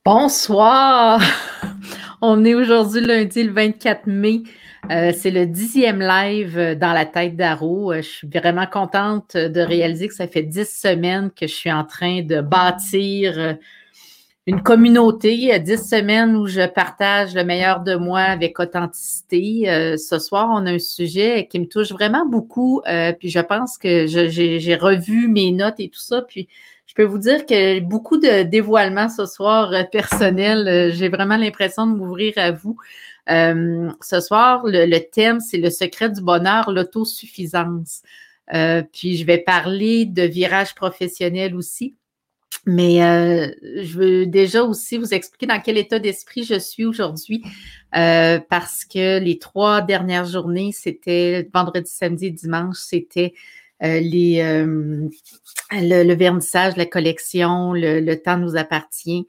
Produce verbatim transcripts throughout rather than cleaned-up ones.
Bonsoir! On est aujourd'hui lundi le vingt-quatre mai. Euh, c'est le dixième live dans la tête d'Aro. Je suis vraiment contente de réaliser que ça fait dix semaines que je suis en train de bâtir une communauté, dix semaines où je partage le meilleur de moi avec authenticité. Euh, ce soir, on a un sujet qui me touche vraiment beaucoup. Euh, puis je pense que je, j'ai, j'ai revu mes notes et tout ça. Puis je peux vous dire que beaucoup de dévoilements ce soir euh, personnel. Euh, j'ai vraiment l'impression de m'ouvrir à vous. Euh, ce soir, le, le thème, c'est le secret du bonheur, l'autosuffisance. Euh, puis je vais parler de virage professionnel aussi. Mais euh, je veux déjà aussi vous expliquer dans quel état d'esprit je suis aujourd'hui euh, parce que les trois dernières journées, c'était vendredi, samedi et dimanche, c'était euh, les euh, le, le vernissage, la collection, le, le temps nous appartient.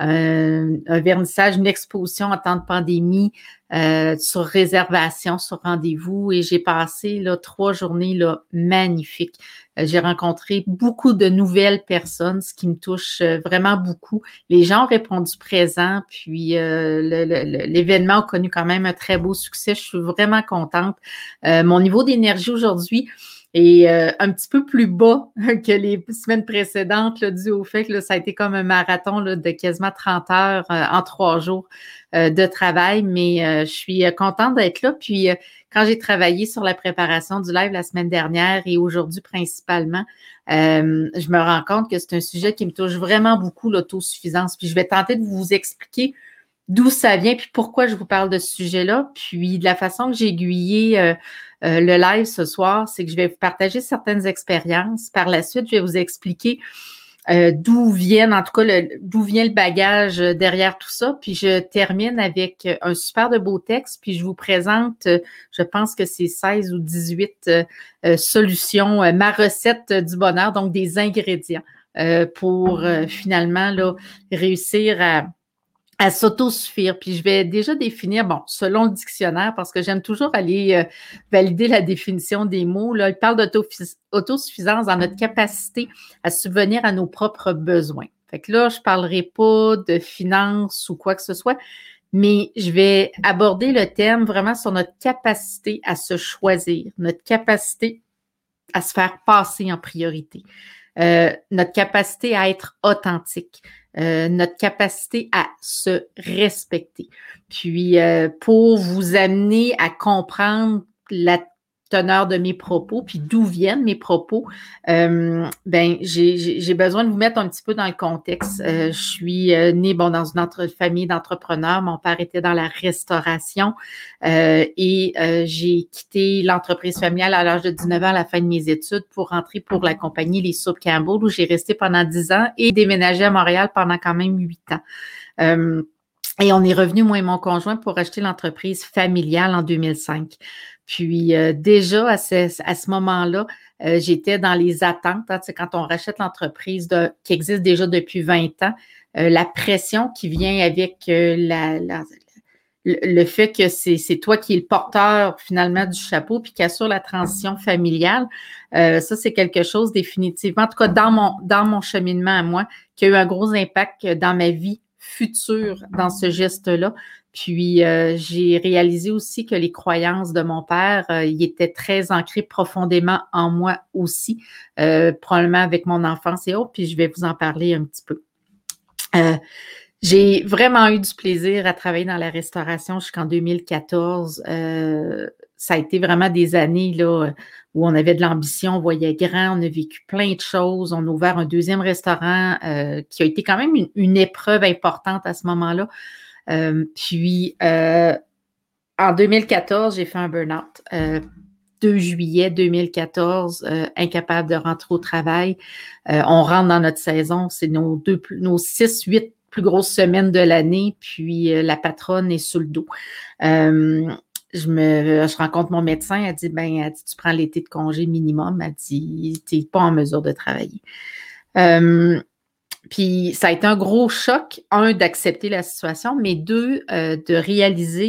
Euh, un vernissage, une exposition en temps de pandémie euh, sur réservation, sur rendez-vous et j'ai passé là trois journées là magnifiques. Euh, j'ai rencontré beaucoup de nouvelles personnes, ce qui me touche euh, vraiment beaucoup. Les gens ont répondu présent, puis euh, le, le, l'événement a connu quand même un très beau succès. Je suis vraiment contente. Euh, mon niveau d'énergie aujourd'hui et euh, un petit peu plus bas que les semaines précédentes, là, dû au fait que là, ça a été comme un marathon là, de quasiment trente heures euh, en trois jours euh, de travail, mais euh, je suis contente d'être là. Puis, euh, quand j'ai travaillé sur la préparation du live la semaine dernière et aujourd'hui principalement, euh, je me rends compte que c'est un sujet qui me touche vraiment beaucoup, l'autosuffisance. Puis, je vais tenter de vous expliquer d'où ça vient, puis pourquoi je vous parle de ce sujet-là, puis de la façon que j'ai aiguillé euh, euh, le live ce soir, c'est que je vais vous partager certaines expériences. Par la suite, je vais vous expliquer euh, d'où viennent, en tout cas, le, d'où vient le bagage derrière tout ça. Puis je termine avec un super de beau texte, puis je vous présente, je pense que c'est seize ou dix-huit euh, solutions, euh, ma recette du bonheur, donc des ingrédients euh, pour euh, finalement là, réussir à à s'autosuffire. Puis je vais déjà définir, bon, selon le dictionnaire, parce que j'aime toujours aller euh, valider la définition des mots. Là, il parle d'autosuffisance dans notre capacité à subvenir à nos propres besoins. Fait que là, je parlerai pas de finances ou quoi que ce soit, mais je vais aborder le thème vraiment sur notre capacité à se choisir, notre capacité à se faire passer en priorité, euh, notre capacité à être authentique, euh, notre capacité à se respecter. Puis, euh, pour vous amener à comprendre la teneur de mes propos, puis d'où viennent mes propos, euh, ben j'ai, j'ai, j'ai besoin de vous mettre un petit peu dans le contexte. Euh, je suis euh, née bon, dans une entre- famille d'entrepreneurs. Mon père était dans la restauration euh, et euh, j'ai quitté l'entreprise familiale à l'âge de dix-neuf ans à la fin de mes études pour rentrer pour la compagnie Les Soupes Campbell où j'ai resté pendant dix ans et déménagé à Montréal pendant quand même huit ans. Euh, et on est revenu, moi et mon conjoint, pour acheter l'entreprise familiale en deux mille cinq. Puis euh, déjà, à ce, à ce moment-là, euh, j'étais dans les attentes. Hein, tu sais, quand on rachète l'entreprise de, qui existe déjà depuis vingt ans, euh, la pression qui vient avec euh, la, la, le, le fait que c'est, c'est toi qui es le porteur finalement du chapeau puis qui assure la transition familiale, euh, ça, c'est quelque chose définitivement, en tout cas dans mon, dans mon cheminement à moi, qui a eu un gros impact dans ma vie future dans ce geste-là. Puis, euh, j'ai réalisé aussi que les croyances de mon père, euh, ils étaient très ancrés profondément en moi aussi, euh, probablement avec mon enfance et autres, puis je vais vous en parler un petit peu. Euh, j'ai vraiment eu du plaisir à travailler dans la restauration jusqu'en deux mille quatorze. Euh, ça a été vraiment des années là où on avait de l'ambition, on voyait grand, on a vécu plein de choses. On a ouvert un deuxième restaurant euh, qui a été quand même une, une épreuve importante à ce moment-là. Euh, puis, euh, en deux mille quatorze, j'ai fait un burn-out. Euh, deux juillet deux mille quatorze, euh, incapable de rentrer au travail. Euh, on rentre dans notre saison, c'est nos deux, nos six, huit plus grosses semaines de l'année, puis euh, la patronne est sous le dos. Euh, je me, je rencontre mon médecin, elle dit, ben, elle dit, tu prends l'été de congé minimum, elle dit, t'es pas en mesure de travailler. Euh, Puis ça a été un gros choc, un, d'accepter la situation, mais deux, euh, de réaliser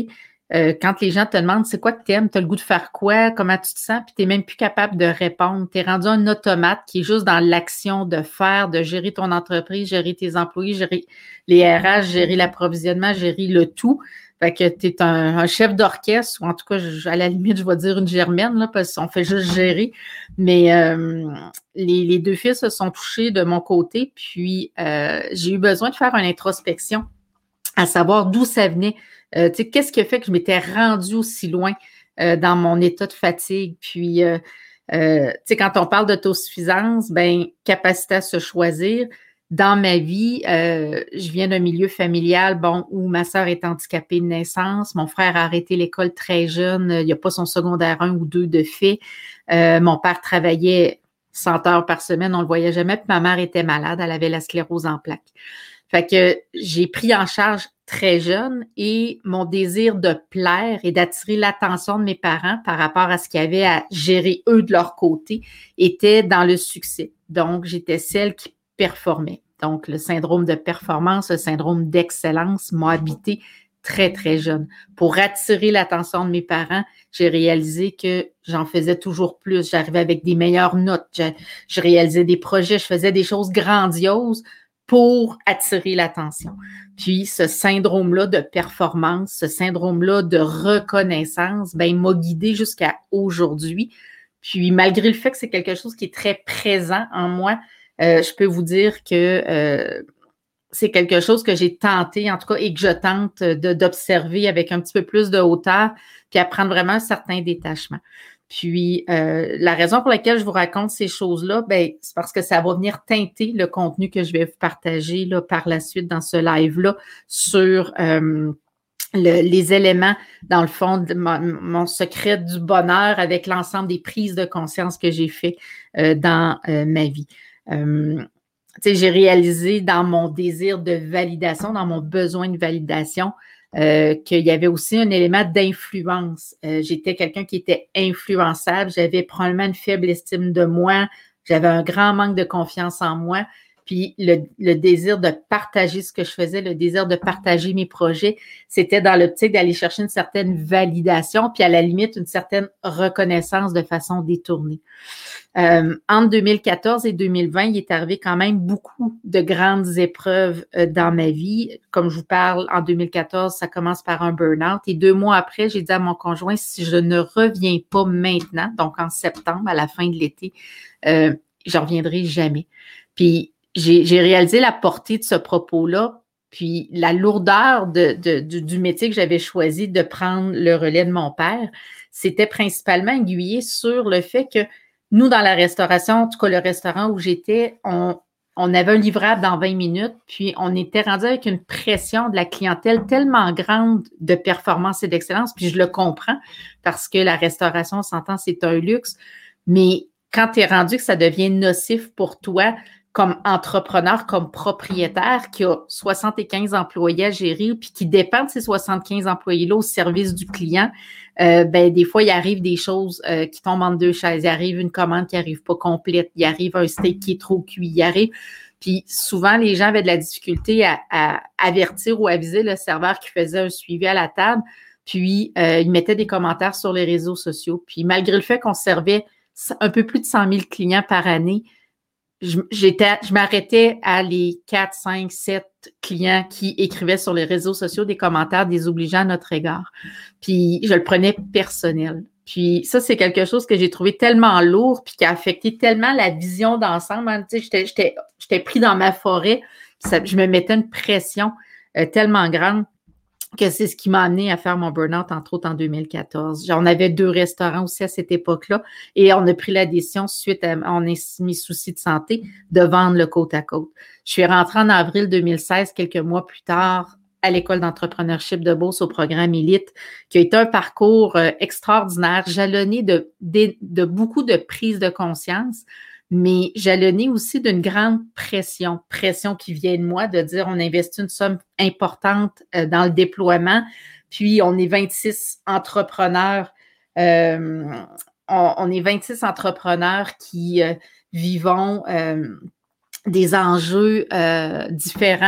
euh, quand les gens te demandent c'est quoi que t'aimes, t'as le goût de faire quoi, comment tu te sens, puis t'es même plus capable de répondre. T'es rendu un automate qui est juste dans l'action de faire, de gérer ton entreprise, gérer tes employés, gérer les R H, gérer l'approvisionnement, gérer le tout. Fait que t'es un, un chef d'orchestre, ou en tout cas, je, à la limite, je vais dire une germaine, là, parce qu'on fait juste gérer. Mais euh, les, les deux fils se sont touchés de mon côté, puis euh, j'ai eu besoin de faire une introspection, à savoir d'où ça venait. Euh, tu sais, qu'est-ce qui a fait que je m'étais rendue aussi loin euh, dans mon état de fatigue? Puis, euh, euh, tu sais, quand on parle d'autosuffisance, ben capacité à se choisir. Dans ma vie, euh, je viens d'un milieu familial, bon, où ma sœur est handicapée de naissance, mon frère a arrêté l'école très jeune, il n'y a pas son secondaire un ou deux de fait. Euh, mon père travaillait cent heures par semaine, on le voyait jamais, puis ma mère était malade, elle avait la sclérose en plaques. Fait que j'ai pris en charge très jeune et mon désir de plaire et d'attirer l'attention de mes parents par rapport à ce qu'il y avait à gérer eux de leur côté était dans le succès. Donc, j'étais celle qui performait. Donc, le syndrome de performance, le syndrome d'excellence m'a habité très, très jeune. Pour attirer l'attention de mes parents, j'ai réalisé que j'en faisais toujours plus. J'arrivais avec des meilleures notes. Je, je réalisais des projets, je faisais des choses grandioses pour attirer l'attention. Puis, ce syndrome-là de performance, ce syndrome-là de reconnaissance, ben, il m'a guidée jusqu'à aujourd'hui. Puis, malgré le fait que c'est quelque chose qui est très présent en moi, euh, je peux vous dire que euh, c'est quelque chose que j'ai tenté, en tout cas, et que je tente de, d'observer avec un petit peu plus de hauteur, puis apprendre vraiment un certain détachement. Puis, euh, la raison pour laquelle je vous raconte ces choses-là, ben, c'est parce que ça va venir teinter le contenu que je vais vous partager là, par la suite dans ce live-là sur euh, le, les éléments, dans le fond, de mon, mon secret du bonheur avec l'ensemble des prises de conscience que j'ai fait euh, dans euh, ma vie. Euh, tu sais, j'ai réalisé dans mon désir de validation, dans mon besoin de validation, euh, qu'il y avait aussi un élément d'influence. Euh, j'étais quelqu'un qui était influençable, j'avais probablement une faible estime de moi, j'avais un grand manque de confiance en moi, puis le, le désir de partager ce que je faisais, le désir de partager mes projets, c'était dans l'optique d'aller chercher une certaine validation, puis à la limite, une certaine reconnaissance de façon détournée. Euh, entre deux mille quatorze et deux mille vingt, il est arrivé quand même beaucoup de grandes épreuves euh, dans ma vie. Comme je vous parle, en deux mille quatorze, ça commence par un burn-out. Et deux mois après, j'ai dit à mon conjoint, si je ne reviens pas maintenant, donc en septembre, à la fin de l'été, euh, je ne reviendrai jamais. Puis, j'ai, j'ai réalisé la portée de ce propos-là, puis la lourdeur de, de, du, du métier que j'avais choisi de prendre le relais de mon père, c'était principalement aiguillé sur le fait que nous, dans la restauration, en tout cas le restaurant où j'étais, on, on avait un livrable dans vingt minutes, puis on était rendu avec une pression de la clientèle tellement grande de performance et d'excellence, puis je le comprends, parce que la restauration, on s'entend, c'est un luxe, mais quand tu es rendu que ça devient nocif pour toi, comme entrepreneur, comme propriétaire, qui a soixante-quinze employés à gérer, puis qui dépend de ces soixante-quinze employés-là au service du client, euh, ben des fois, il arrive des choses euh, qui tombent en deux chaises. Il arrive une commande qui n'arrive pas complète. Il arrive un steak qui est trop cuit. Il arrive... Puis souvent, les gens avaient de la difficulté à, à avertir ou aviser le serveur qui faisait un suivi à la table. Puis, euh, ils mettaient des commentaires sur les réseaux sociaux. Puis, malgré le fait qu'on servait un peu plus de cent mille clients par année, Je, j'étais, je m'arrêtais à les quatre, cinq, sept clients qui écrivaient sur les réseaux sociaux des commentaires désobligeants à notre égard. Puis, je le prenais personnel. Puis, ça, c'est quelque chose que j'ai trouvé tellement lourd puis qui a affecté tellement la vision d'ensemble. Hein. Tu sais, j'étais, j'étais, j'étais pris dans ma forêt. Ça, je me mettais une pression euh, tellement grande que c'est ce qui m'a amené à faire mon burn-out, entre autres en deux mille quatorze. On avait deux restaurants aussi à cette époque-là et on a pris la décision, suite à mes soucis de santé, de vendre le côte à côte. Je suis rentrée en avril deux mille seize, quelques mois plus tard, à l'école d'entrepreneurship de Beauce au programme Élite, qui a été un parcours euh, extraordinaire, jalonné de, de, de beaucoup de prises de conscience, mais jalonné aussi d'une grande pression, pression qui vient de moi, de dire on investit une somme importante euh, dans le déploiement, puis on est vingt-six entrepreneurs, euh, on, on est vingt-six entrepreneurs qui euh, vivons euh, des enjeux euh, différents,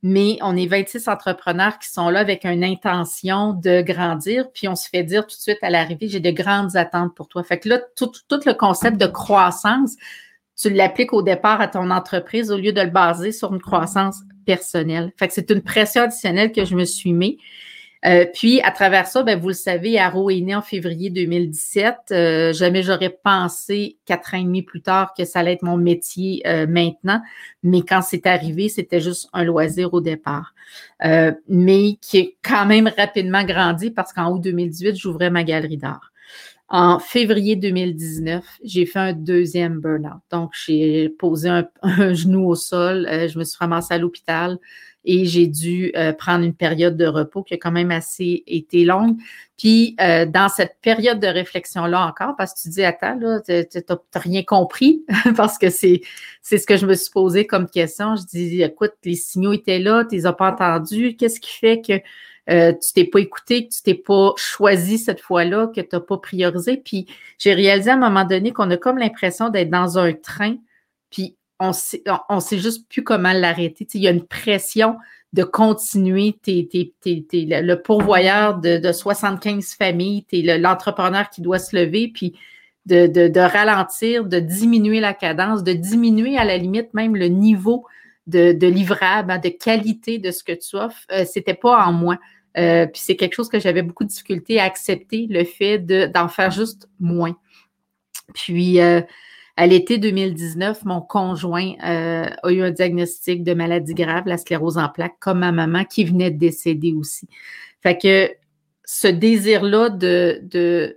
mais on est vingt-six entrepreneurs qui sont là avec une intention de grandir, puis on se fait dire tout de suite à l'arrivée, j'ai de grandes attentes pour toi. Fait que là, tout, tout le concept de croissance, tu l'appliques au départ à ton entreprise au lieu de le baser sur une croissance personnelle. Fait que c'est une pression additionnelle que je me suis mis. Euh, puis, à travers ça, ben, vous le savez, Arrow est né en février deux mille dix-sept. Euh, jamais j'aurais pensé quatre ans et demi plus tard que ça allait être mon métier euh, maintenant. Mais quand c'est arrivé, c'était juste un loisir au départ. Euh, mais qui est quand même rapidement grandi parce qu'en août deux mille dix-huit, j'ouvrais ma galerie d'art. En février deux mille dix-neuf, j'ai fait un deuxième burn-out. Donc, j'ai posé un, un genou au sol. Euh, je me suis ramassée à l'hôpital. Et j'ai dû euh, prendre une période de repos qui a quand même assez été longue. Puis, euh, dans cette période de réflexion-là encore, parce que tu dis, attends, là, t'as rien compris, parce que c'est c'est ce que je me suis posé comme question. Je dis, écoute, les signaux étaient là, tu les as pas entendus. Qu'est-ce qui fait que euh, tu t'es pas écouté, que tu t'es pas choisi cette fois-là, que tu n'as pas priorisé? Puis, j'ai réalisé à un moment donné qu'on a comme l'impression d'être dans un train, puis on sait, on sait juste plus comment l'arrêter. Tu sais, il y a une pression de continuer. T'es, t'es, t'es, t'es le pourvoyeur de, de soixante-quinze familles, t'es le, l'entrepreneur qui doit se lever, puis de, de, de ralentir, de diminuer la cadence, de diminuer à la limite même le niveau de, de livrable, hein, de qualité de ce que tu offres. Euh, c'était pas en moi. Euh, puis c'est quelque chose que j'avais beaucoup de difficulté à accepter, le fait de, d'en faire juste moins. Puis, euh, à l'été deux mille dix-neuf, mon conjoint euh, a eu un diagnostic de maladie grave, la sclérose en plaques, comme ma maman qui venait de décéder aussi. Fait que ce désir-là de, de,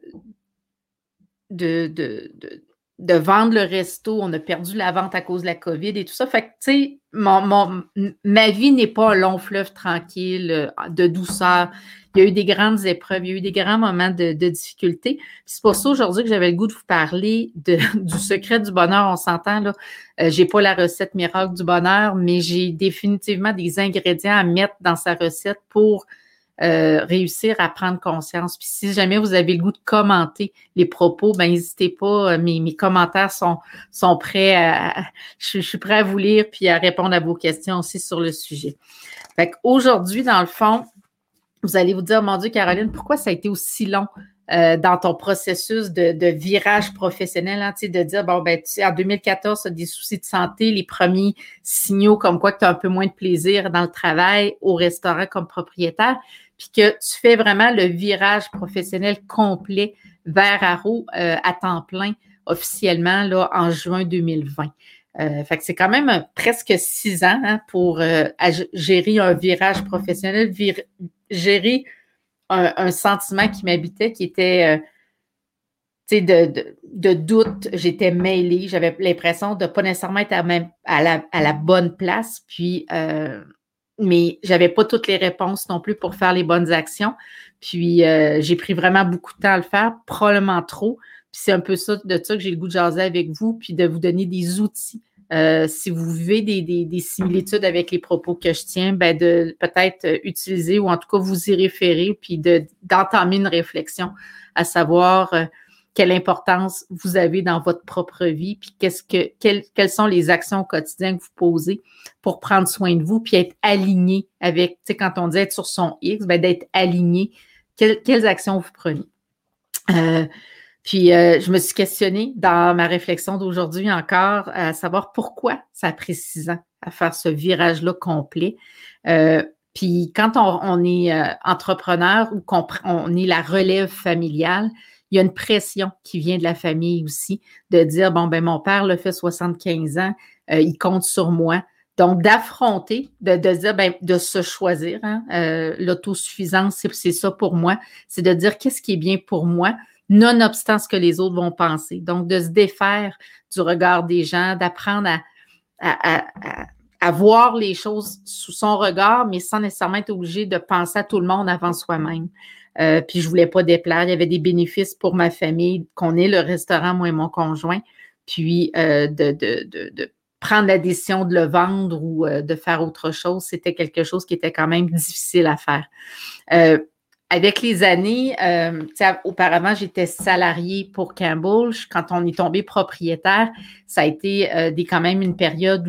de, de, de, de vendre le resto, on a perdu la vente à cause de la COVID et tout ça. Fait que, tu sais, mon, mon, ma vie n'est pas un long fleuve tranquille, de douceur. Il y a eu des grandes épreuves, il y a eu des grands moments de, de difficulté. C'est pour ça aujourd'hui que j'avais le goût de vous parler de, du secret du bonheur. On s'entend, là. Euh, j'ai pas la recette miracle du bonheur, mais j'ai définitivement des ingrédients à mettre dans sa recette pour euh, réussir à prendre conscience. Puis si jamais vous avez le goût de commenter les propos, ben n'hésitez pas. Mes, mes commentaires sont, sont prêts à, je, je suis prêt à vous lire puis à répondre à vos questions aussi sur le sujet. Fait qu'aujourd'hui, dans le fond, vous allez vous dire, mon Dieu, Caroline, pourquoi ça a été aussi long euh, dans ton processus de, de virage professionnel, hein, tu sais, de dire, bon, ben, tu sais, en deux mille quatorze, tu as des soucis de santé, les premiers signaux comme quoi que tu as un peu moins de plaisir dans le travail, au restaurant comme propriétaire, puis que tu fais vraiment le virage professionnel complet vers Arrow euh, à temps plein officiellement là, en juin deux mille vingt. Euh, fait que c'est quand même un, presque six ans hein, pour euh, gérer un virage professionnel, vir, gérer un, un sentiment qui m'habitait, qui était euh, tu sais, de, de, de doute. J'étais mêlée, j'avais l'impression de ne pas nécessairement être à, même, à, la, à la bonne place, puis euh, mais j'avais pas toutes les réponses non plus pour faire les bonnes actions. Puis euh, j'ai pris vraiment beaucoup de temps à le faire, probablement trop. Puis c'est un peu ça, de ça que j'ai le goût de jaser avec vous, puis de vous donner des outils. Euh, si vous vivez des, des, des similitudes avec les propos que je tiens, ben de peut-être utiliser ou en tout cas vous y référer, puis de, d'entamer une réflexion, à savoir euh, quelle importance vous avez dans votre propre vie, puis qu'est-ce que, quelles, quelles sont les actions au quotidien que vous posez pour prendre soin de vous, puis être aligné avec, tu sais, quand on dit être sur son X, ben d'être aligné, quelles, quelles actions vous prenez. Euh, Puis, euh, je me suis questionnée dans ma réflexion d'aujourd'hui encore à savoir pourquoi ça a pris six ans à faire ce virage-là complet. Euh, puis, quand on, on est euh, entrepreneur ou qu'on on est la relève familiale, il y a une pression qui vient de la famille aussi, de dire, bon, ben mon père le fait soixante-quinze ans, euh, il compte sur moi. Donc, d'affronter, de, de dire, ben, de se choisir, hein, euh, l'autosuffisance, c'est, c'est ça pour moi, c'est de dire qu'est-ce qui est bien pour moi, nonobstant ce que les autres vont penser. Donc, de se défaire du regard des gens, d'apprendre à, à, à, à voir les choses sous son regard, mais sans nécessairement être obligé de penser à tout le monde avant soi-même. Euh, puis, je voulais pas déplaire. Il y avait des bénéfices pour ma famille, qu'on ait le restaurant, moi et mon conjoint, puis euh, de, de, de, de prendre la décision de le vendre ou euh, de faire autre chose, c'était quelque chose qui était quand même difficile à faire. Euh, Avec les années, euh, auparavant, j'étais salariée pour Campbell. Quand on est tombé propriétaire, ça a été euh, des, quand même une période où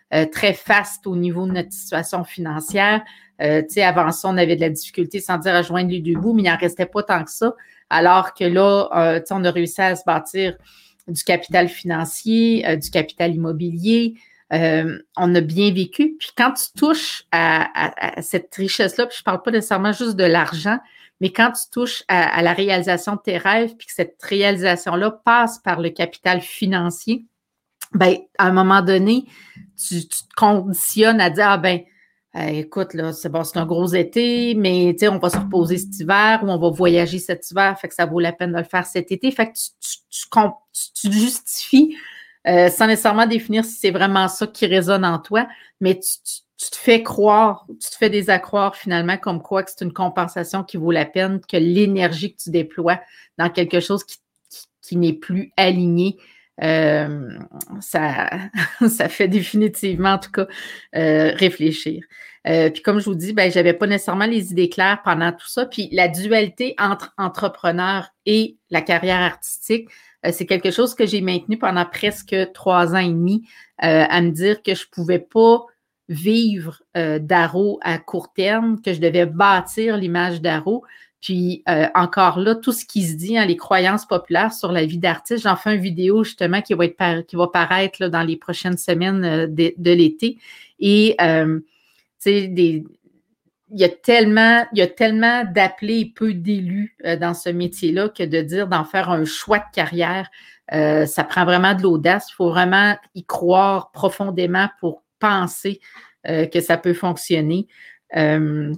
euh, très faste au niveau de notre situation financière. Euh, tu sais, avant ça, on avait de la difficulté sans dire à joindre les deux bouts, mais il n'en restait pas tant que ça. Alors que là, euh, tu sais, on a réussi à se bâtir du capital financier, euh, du capital immobilier. Euh, on a bien vécu. Puis quand tu touches à, à, à cette richesse-là, puis je parle pas nécessairement juste de l'argent, mais quand tu touches à, à la réalisation de tes rêves, puis que cette réalisation-là passe par le capital financier, ben à un moment donné, tu, tu te conditionnes à dire, ah ben, euh, écoute, là, c'est bon, c'est un gros été, mais tu sais, on va se reposer cet hiver ou on va voyager cet hiver, fait que ça vaut la peine de le faire cet été. Fait que tu, tu, tu, tu, tu justifies euh, sans nécessairement définir si c'est vraiment ça qui résonne en toi, mais tu, tu, tu te fais croire, tu te fais désaccroire finalement comme quoi que c'est une compensation qui vaut la peine, que l'énergie que tu déploies dans quelque chose qui, qui, qui n'est plus aligné. Euh, ça, ça fait définitivement, en tout cas, euh, réfléchir. Euh, puis comme je vous dis, ben, j'avais pas nécessairement les idées claires pendant tout ça. Puis la dualité entre entrepreneur et la carrière artistique, euh, c'est quelque chose que j'ai maintenu pendant presque trois ans et demi, euh, à me dire que je pouvais pas vivre euh, d'Aro à court terme, que je devais bâtir l'image d'Aro. Puis euh, encore là, tout ce qui se dit, hein, les croyances populaires sur la vie d'artiste, j'en fais une vidéo justement qui va être par, qui va paraître là, dans les prochaines semaines euh, de, de l'été. Et euh, tu sais, des il y a tellement, il y a tellement d'appelés et peu d'élus euh, dans ce métier-là que de dire d'en faire un choix de carrière, euh, ça prend vraiment de l'audace. Il faut vraiment y croire profondément pour penser euh, que ça peut fonctionner. Euh,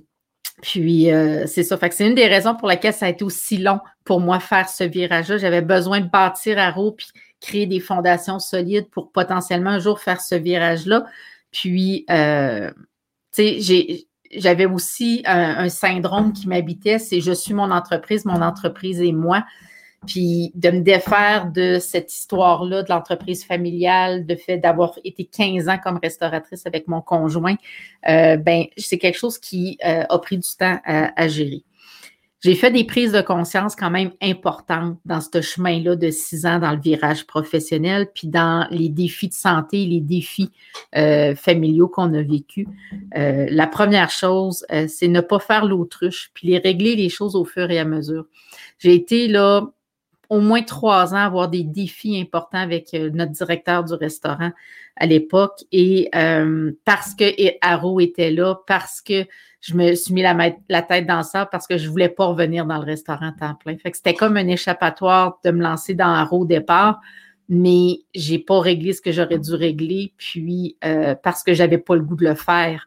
Puis, euh, c'est ça. Fait que c'est une des raisons pour laquelle ça a été aussi long pour moi faire ce virage-là. J'avais besoin de bâtir Aro puis créer des fondations solides pour potentiellement un jour faire ce virage-là. Puis, euh, tu sais, j'ai, j'avais aussi un, un syndrome qui m'habitait, c'est je suis mon entreprise, mon entreprise et moi. Puis de me défaire de cette histoire-là, de l'entreprise familiale, de fait d'avoir été quinze ans comme restauratrice avec mon conjoint, euh, ben c'est quelque chose qui euh, a pris du temps à, à gérer. J'ai fait des prises de conscience quand même importantes dans ce chemin-là de six ans dans le virage professionnel, puis dans les défis de santé, les défis euh, familiaux qu'on a vécus. Euh, la première chose, euh, c'est ne pas faire l'autruche, puis les régler les choses au fur et à mesure. J'ai été là au moins trois ans à avoir des défis importants avec euh, notre directeur du restaurant à l'époque. Et euh, parce que Aro était là, parce que je me suis mis la, la tête dans ça, parce que je voulais pas revenir dans le restaurant à temps plein. Fait que c'était comme un échappatoire de me lancer dans Aro au départ, mais j'ai pas réglé ce que j'aurais dû régler, puis euh, parce que j'avais pas le goût de le faire.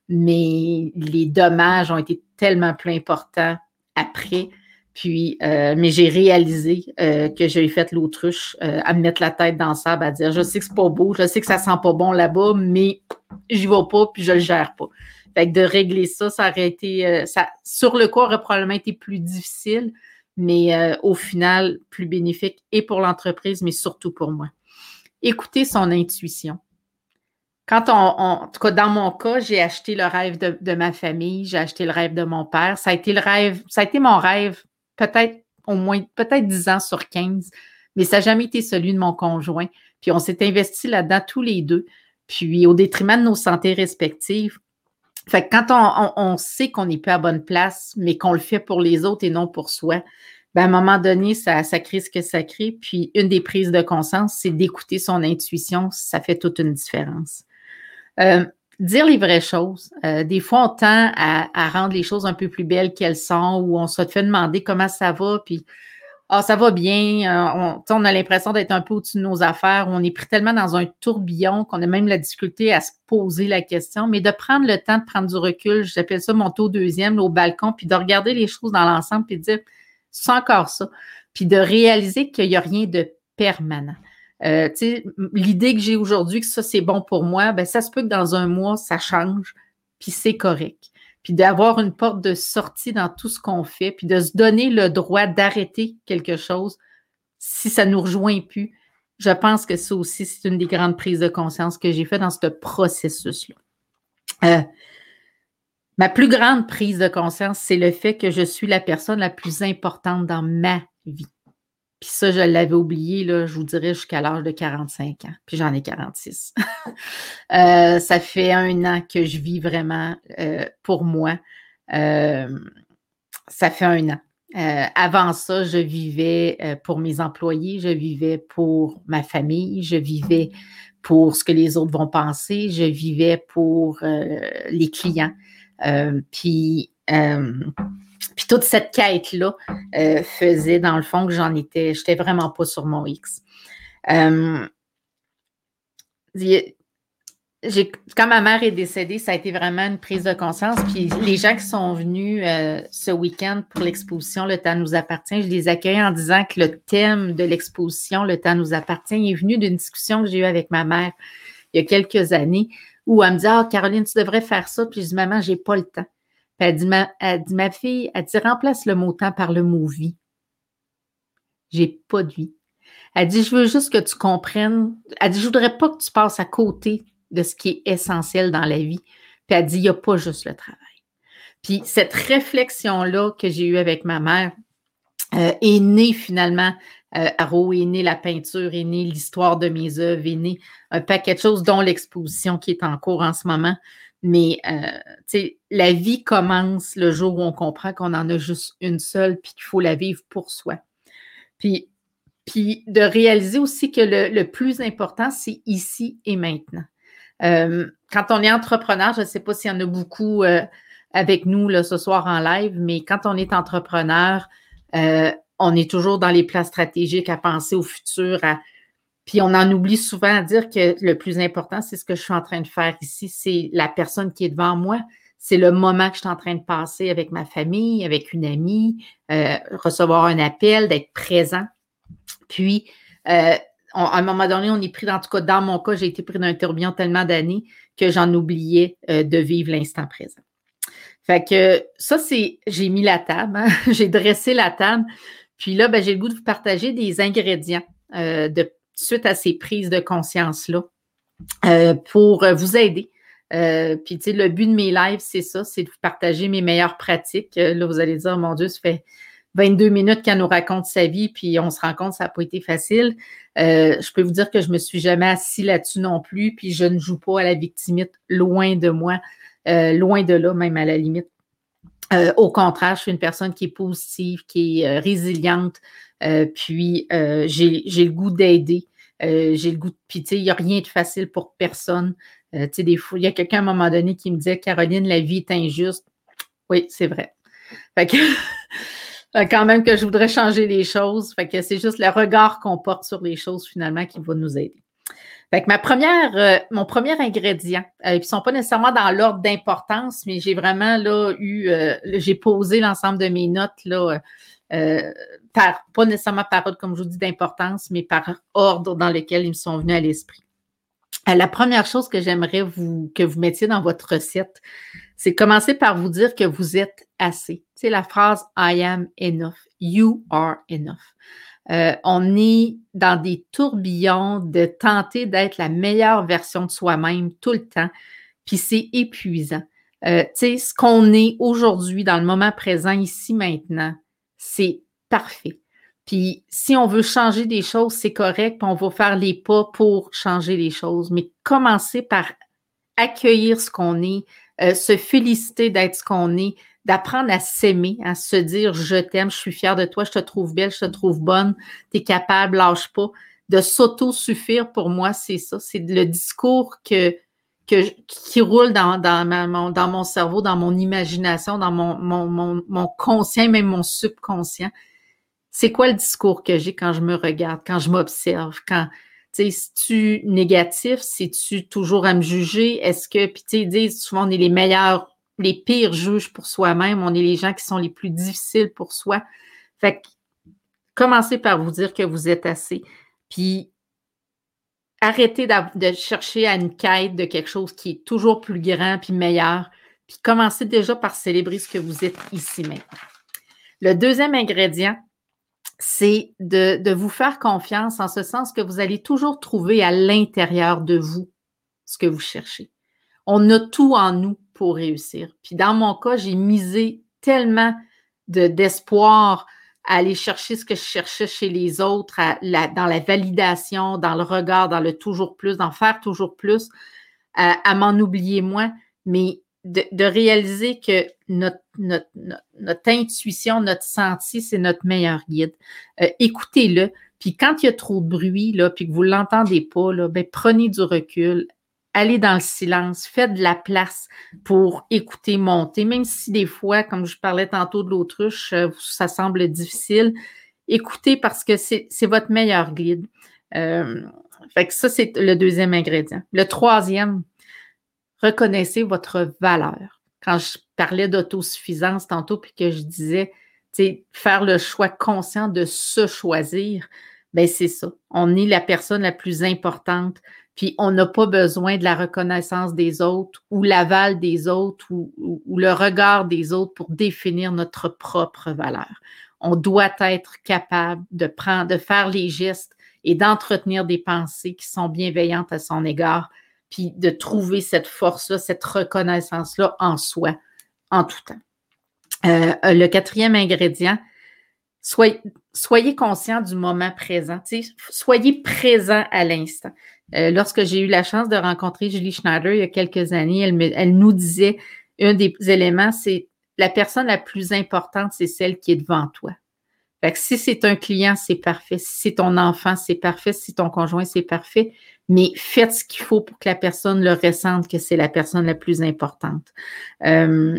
Mais les dommages ont été tellement plus importants après. Puis, euh, mais j'ai réalisé euh, que j'ai fait l'autruche euh, à me mettre la tête dans le sable, à dire, je sais que c'est pas beau, je sais que ça sent pas bon là-bas, mais j'y vais pas, puis je le gère pas. Fait que de régler ça, ça aurait été, euh, ça, sur le coup, aurait probablement été plus difficile, mais euh, au final, plus bénéfique et pour l'entreprise, mais surtout pour moi. Écouter son intuition. Quand on, on, en tout cas, dans mon cas, j'ai acheté le rêve de, de ma famille, j'ai acheté le rêve de mon père. Ça a été le rêve, ça a été mon rêve peut-être au moins, peut-être dix ans sur quinze, mais ça n'a jamais été celui de mon conjoint. Puis on s'est investi là-dedans tous les deux, puis au détriment de nos santé respectives. Fait que quand on, on, on sait qu'on n'est plus à bonne place, mais qu'on le fait pour les autres et non pour soi, ben à un moment donné, ça, ça crée ce que ça crée. Puis une des prises de conscience, c'est d'écouter son intuition. Ça fait toute une différence. Euh, dire les vraies choses. Euh, des fois, on tend à, à rendre les choses un peu plus belles qu'elles sont, ou on se fait demander comment ça va, puis ah, ça va bien. Euh, on, on a l'impression d'être un peu au-dessus de nos affaires. On est pris tellement dans un tourbillon qu'on a même la difficulté à se poser la question. Mais de prendre le temps de prendre du recul, j'appelle ça monter au deuxième, là, au balcon, puis de regarder les choses dans l'ensemble, puis de dire, c'est encore ça. Puis de réaliser qu'il n'y a rien de permanent. Euh, tu sais, l'idée que j'ai aujourd'hui que ça, c'est bon pour moi, ben ça se peut que dans un mois, ça change, puis c'est correct. Puis d'avoir une porte de sortie dans tout ce qu'on fait, puis de se donner le droit d'arrêter quelque chose si ça ne nous rejoint plus. Je pense que ça aussi, c'est une des grandes prises de conscience que j'ai fait dans ce processus-là. Euh, ma plus grande prise de conscience, c'est le fait que je suis la personne la plus importante dans ma vie. Puis ça, je l'avais oublié, là, je vous dirais, jusqu'à l'âge de quarante-cinq ans. Puis j'en ai quarante-six. euh, ça fait un an que je vis vraiment euh, pour moi. Euh, ça fait un an. Euh, avant ça, je vivais euh, pour mes employés, je vivais pour ma famille, je vivais pour ce que les autres vont penser, je vivais pour euh, les clients. Euh, puis, euh, puis toute cette quête-là euh, faisait, dans le fond, que j'en étais, je n'étais vraiment pas sur mon X. Euh, J'ai, quand ma mère est décédée, ça a été vraiment une prise de conscience. Puis les gens qui sont venus euh, ce week-end pour l'exposition Le temps nous appartient, je les accueille en disant que le thème de l'exposition Le temps nous appartient est venu d'une discussion que j'ai eue avec ma mère il y a quelques années où elle me dit « Ah, Caroline, tu devrais faire ça. » Puis je dis « Maman, j'ai pas le temps. » Puis elle dit, ma, elle dit « Ma fille, elle dit remplace le mot temps par le mot vie. » J'ai pas de vie. Elle dit « Je veux juste que tu comprennes. » Elle dit « Je voudrais pas que tu passes à côté de ce qui est essentiel dans la vie. » Puis elle dit, il n'y a pas juste le travail. Puis cette réflexion-là que j'ai eue avec ma mère euh, est née finalement, euh, Arrow, est née la peinture, est née l'histoire de mes œuvres, est née un paquet de choses, dont l'exposition qui est en cours en ce moment. Mais, euh, tu sais, la vie commence le jour où on comprend qu'on en a juste une seule puis qu'il faut la vivre pour soi. Puis, puis de réaliser aussi que le, le plus important, c'est ici et maintenant. Euh, quand on est entrepreneur, je ne sais pas s'il y en a beaucoup euh, avec nous là, ce soir en live, mais quand on est entrepreneur, euh, on est toujours dans les plans stratégiques à penser au futur. À... Puis on en oublie souvent à dire que le plus important, c'est ce que je suis en train de faire ici, c'est la personne qui est devant moi. C'est le moment que je suis en train de passer avec ma famille, avec une amie, euh, recevoir un appel, d'être présent. Puis, euh, On, à un moment donné, on est pris, en tout cas, dans mon cas, j'ai été pris d'un tourbillon tellement d'années que j'en oubliais euh, de vivre l'instant présent. Fait que ça, c'est, j'ai mis la table, hein? J'ai dressé la table. Puis là, ben, j'ai le goût de vous partager des ingrédients euh, de, suite à ces prises de conscience-là euh, pour vous aider. Euh, puis, tu sais, le but de mes lives, c'est ça, c'est de vous partager mes meilleures pratiques. Euh, là, vous allez dire, mon Dieu, ça fait vingt-deux minutes qu'elle nous raconte sa vie, puis on se rend compte que ça n'a pas été facile. Euh, je peux vous dire que je ne me suis jamais assis là-dessus non plus, puis je ne joue pas à la victimite, loin de moi, euh, loin de là, même à la limite. Euh, au contraire, je suis une personne qui est positive, qui est euh, résiliente, euh, puis euh, j'ai, j'ai le goût d'aider. Euh, j'ai le goût de... Puis, tu sais, il n'y a rien de facile pour personne. Euh, tu sais, des fois, il y a quelqu'un à un moment donné qui me disait « Caroline, la vie est injuste. » Oui, c'est vrai. Fait que... quand même que je voudrais changer les choses. Fait que c'est juste le regard qu'on porte sur les choses, finalement, qui va nous aider. Fait que ma première, euh, mon premier ingrédient, euh, ils ne sont pas nécessairement dans l'ordre d'importance, mais j'ai vraiment là eu, euh, j'ai posé l'ensemble de mes notes, là, euh, par, pas nécessairement par ordre, comme je vous dis, d'importance, mais par ordre dans lequel ils me sont venus à l'esprit. Euh, la première chose que j'aimerais vous, que vous mettiez dans votre recette, c'est commencer par vous dire que vous êtes assez. C'est la phrase « I am enough »,« you are enough ». Euh, on est dans des tourbillons de tenter d'être la meilleure version de soi-même tout le temps, puis c'est épuisant. Euh, tu sais, ce qu'on est aujourd'hui, dans le moment présent, ici, maintenant, c'est parfait. Puis si on veut changer des choses, c'est correct, puis on va faire les pas pour changer les choses, mais commencer par accueillir ce qu'on est, Euh, se féliciter d'être ce qu'on est, d'apprendre à s'aimer, à se dire « je t'aime, je suis fière de toi, je te trouve belle, je te trouve bonne, tu es capable, lâche pas ». De s'auto-suffire, pour moi, c'est ça. C'est le discours que, que, qui roule dans, dans, ma, mon, dans mon cerveau, dans mon imagination, dans mon, mon, mon, mon conscient, même mon subconscient. C'est quoi le discours que j'ai quand je me regarde, quand je m'observe, quand... Tu sais, c'est-tu négatif? C'est-tu toujours à me juger? Est-ce que, puis tu sais, ils disent souvent on est les meilleurs, les pires juges pour soi-même, on est les gens qui sont les plus difficiles pour soi. Fait que, commencez par vous dire que vous êtes assez. Puis, arrêtez de chercher à une quête de quelque chose qui est toujours plus grand puis meilleur. Puis, commencez déjà par célébrer ce que vous êtes ici maintenant. Le deuxième ingrédient, c'est de, de vous faire confiance en ce sens que vous allez toujours trouver à l'intérieur de vous ce que vous cherchez. On a tout en nous pour réussir. Puis dans mon cas, j'ai misé tellement de, d'espoir à aller chercher ce que je cherchais chez les autres, à la, dans la validation, dans le regard, dans le toujours plus, d'en faire toujours plus, à, à m'en oublier moins, mais de, de réaliser que notre, notre, notre, notre intuition, notre senti, c'est notre meilleur guide. Euh, écoutez-le. Puis quand il y a trop de bruit, là, puis que vous ne l'entendez pas, là, ben, prenez du recul, allez dans le silence, faites de la place pour écouter monter, même si des fois, comme je parlais tantôt de l'autruche, ça semble difficile, écoutez parce que c'est, c'est votre meilleur guide. Euh, fait que ça, c'est le deuxième ingrédient. Le troisième, reconnaissez votre valeur. Quand je parlais d'autosuffisance tantôt, puis que je disais, tu sais, faire le choix conscient de se choisir, ben c'est ça. On est la personne la plus importante, puis on n'a pas besoin de la reconnaissance des autres ou l'aval des autres ou, ou, ou le regard des autres pour définir notre propre valeur. On doit être capable de prendre, de faire les gestes et d'entretenir des pensées qui sont bienveillantes à son égard, puis de trouver cette force-là, cette reconnaissance-là en soi, en tout temps. Euh, le quatrième ingrédient, soyez, soyez conscient du moment présent. Soyez présent à l'instant. Euh, lorsque j'ai eu la chance de rencontrer Julie Schneider il y a quelques années, elle, me, elle nous disait, un des éléments, c'est la personne la plus importante, c'est celle qui est devant toi. Fait que si c'est un client, c'est parfait. Si c'est ton enfant, c'est parfait. Si c'est ton conjoint, c'est parfait. Mais faites ce qu'il faut pour que la personne le ressente, que c'est la personne la plus importante. Euh,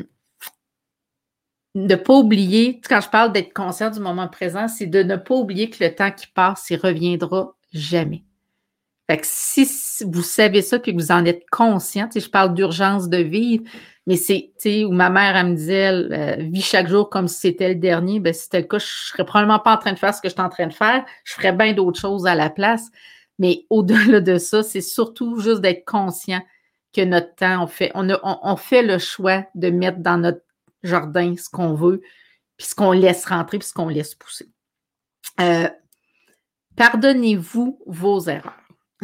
de ne pas oublier, quand je parle d'être conscient du moment présent, c'est de ne pas oublier que le temps qui passe, il ne reviendra jamais. Fait que si vous savez ça puis que vous en êtes conscient, je parle d'urgence de vivre, mais c'est, tu sais, où ma mère, elle me disait, elle, euh, vis chaque jour comme si c'était le dernier, ben si c'était le cas, je ne serais probablement pas en train de faire ce que je suis en train de faire, je ferais bien d'autres choses à la place. Mais au-delà de ça, c'est surtout juste d'être conscient que notre temps, on fait, on, a, on, on fait le choix de mettre dans notre jardin ce qu'on veut, puis ce qu'on laisse rentrer, puis ce qu'on laisse pousser. Euh, pardonnez-vous vos erreurs.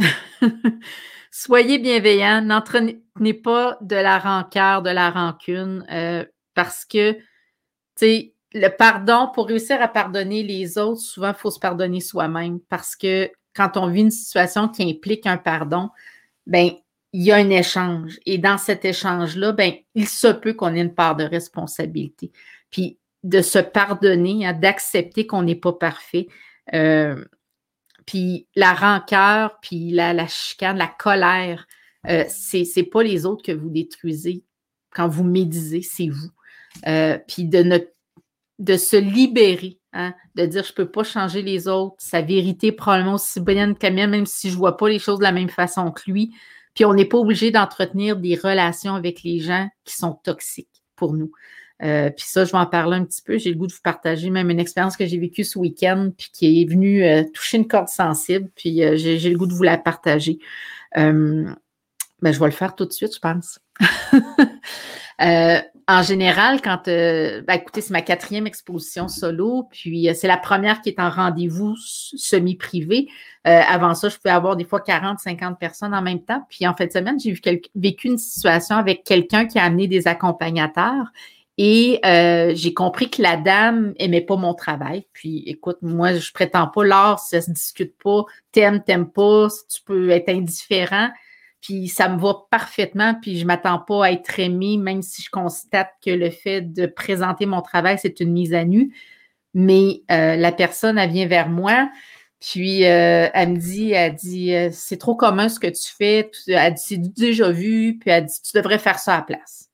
Soyez bienveillant, n'entraînez pas de la rancœur, de la rancune, euh, parce que, tu sais, le pardon, pour réussir à pardonner les autres, souvent, il faut se pardonner soi-même, parce que quand on vit une situation qui implique un pardon, ben il y a un échange. Et dans cet échange-là, ben il se peut qu'on ait une part de responsabilité. Puis de se pardonner, hein, d'accepter qu'on n'est pas parfait. Euh, Puis la rancœur, puis la, la chicane, la colère, euh, c'est, c'est pas les autres que vous détruisez quand vous médisez, c'est vous. Euh, puis de, ne, de se libérer, hein, de dire je peux pas changer les autres, sa vérité est probablement aussi bonne que la mienne, même si je vois pas les choses de la même façon que lui. Puis on n'est pas obligé d'entretenir des relations avec les gens qui sont toxiques pour nous. Euh, puis ça, je vais en parler un petit peu. J'ai le goût de vous partager même une expérience que j'ai vécue ce week-end puis qui est venue euh, toucher une corde sensible. Puis euh, j'ai, j'ai le goût de vous la partager. Euh, ben, je vais le faire tout de suite, je pense. euh, en général, quand... Euh, ben, écoutez, c'est ma quatrième exposition solo. Puis euh, c'est la première qui est en rendez-vous semi-privé. Euh, avant ça, je pouvais avoir des fois quarante, cinquante personnes en même temps. Puis en fin de semaine, j'ai vu quel- vécu une situation avec quelqu'un qui a amené des accompagnateurs. Et euh, j'ai compris que la dame aimait pas mon travail. Puis, écoute, moi, je prétends pas l'art, ça se discute pas. T'aimes, t'aimes pas, tu peux être indifférent. Puis, ça me va parfaitement. Puis, je m'attends pas à être aimée, même si je constate que le fait de présenter mon travail, c'est une mise à nu. Mais euh, la personne, elle vient vers moi. Puis, euh, elle me dit, elle dit, euh, c'est trop commun ce que tu fais. Elle dit, c'est déjà vu. Puis, elle dit, tu devrais faire ça à la place.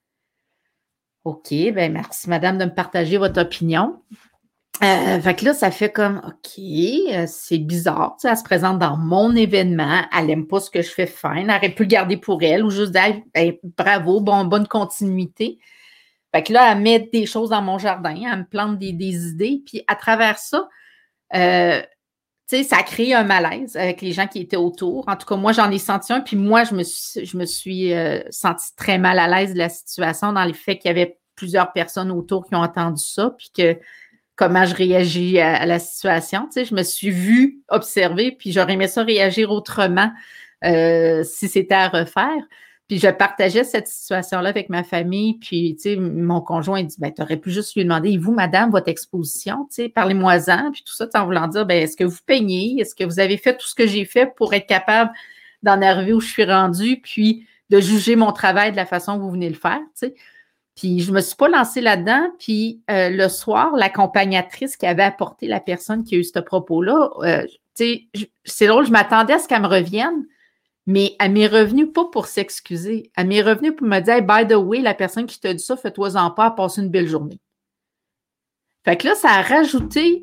OK, bien, merci, madame, de me partager votre opinion. Euh, fait que là, ça fait comme, OK, euh, c'est bizarre, tu sais, elle se présente dans mon événement, elle n'aime pas ce que je fais fine, elle aurait pu le garder pour elle ou juste dire, hey, bravo, bon, bonne continuité. Fait que là, elle met des choses dans mon jardin, elle me plante des, des idées, puis à travers ça, euh, tu sais, ça a créé un malaise avec les gens qui étaient autour. En tout cas, moi, j'en ai senti un, puis moi, je me suis, je me suis euh, sentie très mal à l'aise de la situation dans le fait qu'il y avait plusieurs personnes autour qui ont entendu ça, puis que comment je réagis à, à la situation. Tu sais, je me suis vue observer, puis j'aurais aimé ça réagir autrement euh, si c'était à refaire. Puis je partageais cette situation-là avec ma famille, puis, tu sais, mon conjoint, il dit, ben, tu aurais pu juste lui demander, et vous, madame, votre exposition, tu sais, parlez-moi-en, puis tout ça, en voulant dire, ben, est-ce que vous peignez? Est-ce que vous avez fait tout ce que j'ai fait pour être capable d'en arriver où je suis rendue, puis de juger mon travail de la façon que vous venez le faire, tu sais? Puis je me suis pas lancée là-dedans, puis euh, le soir, l'accompagnatrice qui avait apporté la personne qui a eu ce propos-là, euh, tu sais, c'est drôle, je m'attendais à ce qu'elle me revienne, mais elle m'est revenue pas pour s'excuser. Elle m'est revenue pour me dire, hey, by the way, la personne qui t'a dit ça, fais-toi-en pas, passe une belle journée. Fait que là, ça a rajouté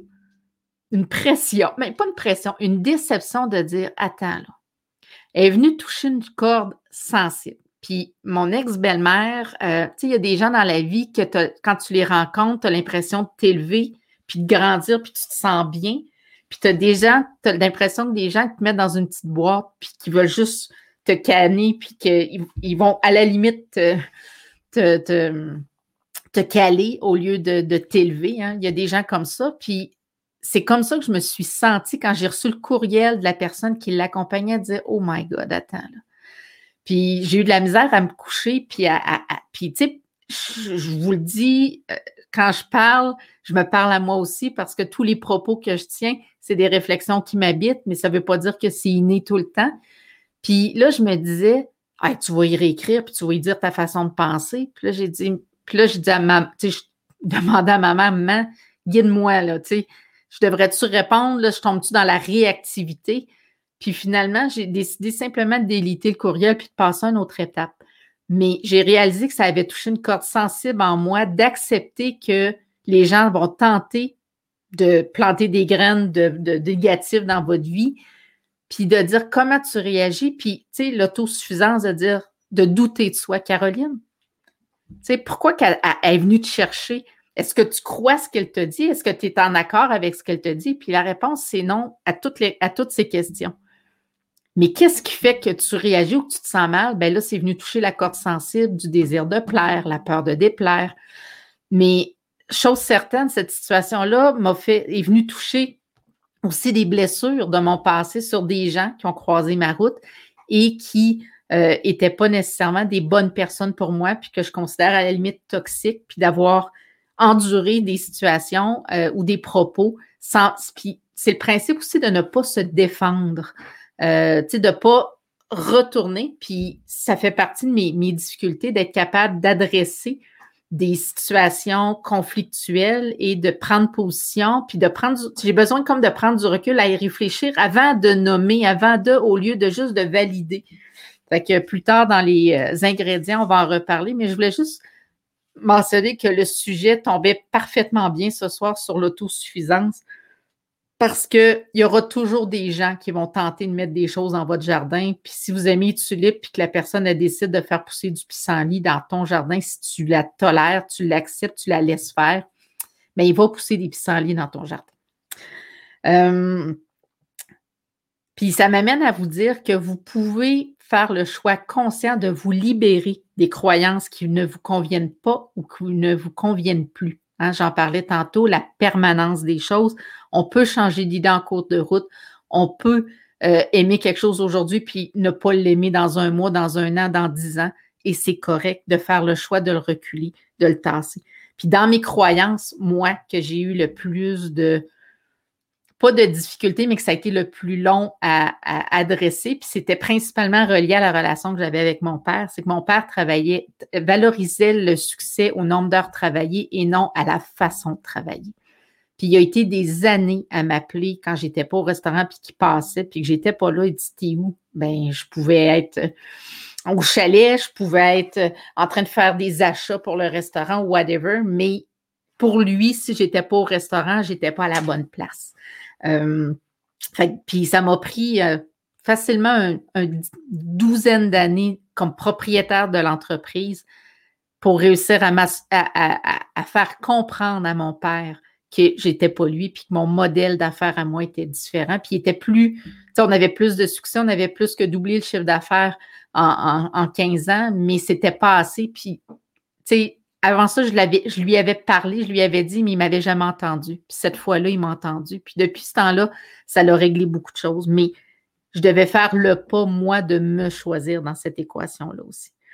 une pression, mais pas une pression, une déception de dire, attends, là, elle est venue toucher une corde sensible. Puis mon ex-belle-mère, euh, tu sais, il y a des gens dans la vie que quand tu les rencontres, tu as l'impression de t'élever, puis de grandir, puis tu te sens bien. Puis tu as des gens, tu as l'impression que des gens qui te mettent dans une petite boîte, puis qui veulent juste te canner, puis qu'ils ils vont à la limite te, te, te, te caler au lieu de, de t'élever. Hein. Il y a des gens comme ça. Puis c'est comme ça que je me suis sentie quand j'ai reçu le courriel de la personne qui l'accompagnait à dire, oh my God, attends là. Puis j'ai eu de la misère à me coucher, puis à, à, à puis tu sais, je, je vous le dis, euh, quand je parle, je me parle à moi aussi parce que tous les propos que je tiens, c'est des réflexions qui m'habitent, mais ça ne veut pas dire que c'est inné tout le temps. Puis là, je me disais, hey, tu vas y réécrire, puis tu vas y dire ta façon de penser. Puis là, j'ai dit, puis là, je dis à ma, tu sais, je demandais à ma mère, maman, guide-moi, là, tu sais, je devrais-tu répondre, là, je tombe-tu dans la réactivité? Puis finalement, j'ai décidé simplement de déliter le courriel puis de passer à une autre étape. Mais j'ai réalisé que ça avait touché une corde sensible en moi d'accepter que les gens vont tenter de planter des graines de, de, de négatives dans votre vie, puis de dire comment tu réagis, puis, tu sais, l'autosuffisance de dire, de douter de soi. Caroline, tu sais, pourquoi qu'elle elle est venue te chercher? Est-ce que tu crois ce qu'elle te dit? Est-ce que tu es en accord avec ce qu'elle te dit? Puis la réponse, c'est non à toutes, les, à toutes ces questions. Mais qu'est-ce qui fait que tu réagis ou que tu te sens mal? Bien là, c'est venu toucher la corde sensible du désir de plaire, la peur de déplaire. Mais chose certaine, cette situation-là m'a fait, est venue toucher aussi des blessures de mon passé sur des gens qui ont croisé ma route et qui n'étaient euh, pas nécessairement des bonnes personnes pour moi, puis que je considère à la limite toxiques, puis d'avoir enduré des situations euh, ou des propos sans. Puis c'est le principe aussi de ne pas se défendre. Euh, tu sais, de ne pas retourner, puis ça fait partie de mes, mes difficultés d'être capable d'adresser des situations conflictuelles et de prendre position, puis de prendre, j'ai besoin comme de prendre du recul à y réfléchir avant de nommer, avant de, au lieu de juste de valider. Fait que plus tard dans les ingrédients, on va en reparler, mais je voulais juste mentionner que le sujet tombait parfaitement bien ce soir sur l'autosuffisance. Parce qu'il y aura toujours des gens qui vont tenter de mettre des choses dans votre jardin. Puis si vous aimez les tulipes puis que la personne elle décide de faire pousser du pissenlit dans ton jardin, si tu la tolères, tu l'acceptes, tu la laisses faire, bien, il va pousser des pissenlits dans ton jardin. Euh, puis ça m'amène à vous dire que vous pouvez faire le choix conscient de vous libérer des croyances qui ne vous conviennent pas ou qui ne vous conviennent plus. Hein, j'en parlais tantôt, la permanence des choses. On peut changer d'idée en cours de route. On peut euh, aimer quelque chose aujourd'hui puis ne pas l'aimer dans un mois, dans un an, dans dix ans. Et c'est correct de faire le choix de le reculer, de le tasser. Puis dans mes croyances, moi, que j'ai eu le plus de, pas de difficultés, mais que ça a été le plus long à, à adresser, puis c'était principalement relié à la relation que j'avais avec mon père. C'est que mon père travaillait, valorisait le succès au nombre d'heures travaillées et non à la façon de travailler. Puis il a été des années à m'appeler quand j'étais pas au restaurant puis qu'il passait puis que j'étais pas là. Il dit « T'es où? » Ben, je pouvais être au chalet, je pouvais être en train de faire des achats pour le restaurant ou whatever, mais pour lui, si j'étais pas au restaurant, j'étais pas à la bonne place. Euh, fait, puis ça m'a pris euh, facilement un, un douzaine d'années comme propriétaire de l'entreprise pour réussir à, à, à, à faire comprendre à mon père que j'étais pas lui, puis que mon modèle d'affaires à moi était différent, puis il était plus, tu sais, on avait plus de succès, on avait plus que doublé le chiffre d'affaires en, en, en quinze ans, mais c'était pas assez, puis, tu sais, avant ça, je, l'avais, je lui avais parlé, je lui avais dit, mais il ne m'avait jamais entendu. Puis cette fois-là, il m'a entendu. Puis depuis ce temps-là, ça l'a réglé beaucoup de choses. Mais je devais faire le pas, moi, de me choisir dans cette équation-là aussi.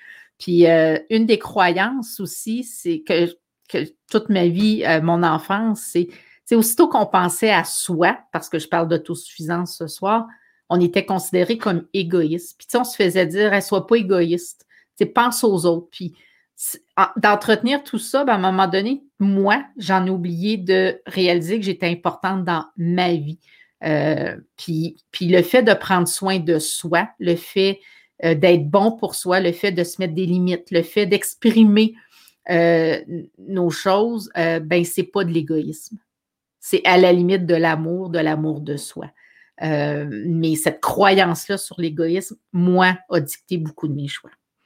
Puis euh, une des croyances aussi, c'est que, que toute ma vie, euh, mon enfance, c'est, c'est aussitôt qu'on pensait à soi, parce que je parle d'autosuffisance ce soir, on était considéré comme égoïste. Puis tu sais, on se faisait dire, hey, sois pas égoïste, tu sais, pense aux autres. Puis d'entretenir tout ça, ben, à un moment donné, moi, j'en ai oublié de réaliser que j'étais importante dans ma vie. Euh, puis, puis le fait de prendre soin de soi, le fait euh, d'être bon pour soi, le fait de se mettre des limites, le fait d'exprimer euh, nos choses, euh, ben c'est pas de l'égoïsme. C'est à la limite de l'amour, de l'amour de soi. Euh, mais cette croyance-là sur l'égoïsme, moi, a dicté beaucoup de mes choix.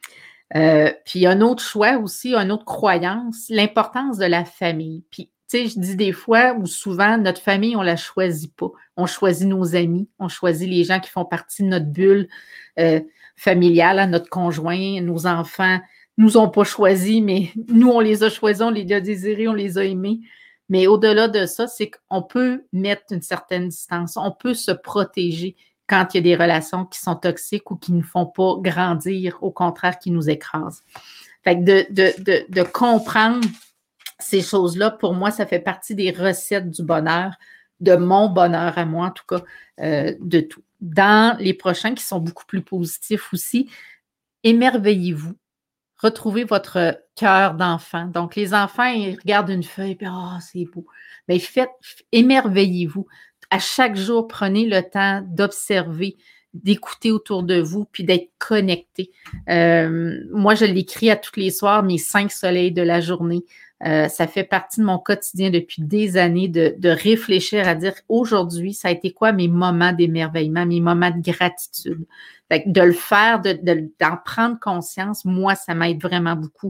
Euh, puis un autre choix aussi, une autre croyance, l'importance de la famille. Puis, tu sais, je dis des fois ou souvent, notre famille, on la choisit pas. On choisit nos amis, on choisit les gens qui font partie de notre bulle euh, familiale, hein, notre conjoint, nos enfants nous ont pas choisis, mais nous, on les a choisis, on les a désirés, on les a aimés. Mais au-delà de ça, c'est qu'on peut mettre une certaine distance, on peut se protéger quand il y a des relations qui sont toxiques ou qui ne font pas grandir, au contraire, qui nous écrasent. Fait que de, de, de, de comprendre ces choses-là, pour moi, ça fait partie des recettes du bonheur, de mon bonheur à moi, en tout cas, euh, de tout. Dans les prochains qui sont beaucoup plus positifs aussi, émerveillez-vous. Retrouvez votre cœur d'enfant. Donc, les enfants, ils regardent une feuille et oh, c'est beau. Mais faites, émerveillez-vous. À chaque jour, prenez le temps d'observer, d'écouter autour de vous, puis d'être connecté. Euh, moi, je l'écris à tous les soirs, mes cinq soleils de la journée. Euh, ça fait partie de mon quotidien depuis des années de, de réfléchir à dire aujourd'hui, ça a été quoi mes moments d'émerveillement, mes moments de gratitude. Fait que de le faire, de, de, d'en prendre conscience, moi, ça m'aide vraiment beaucoup.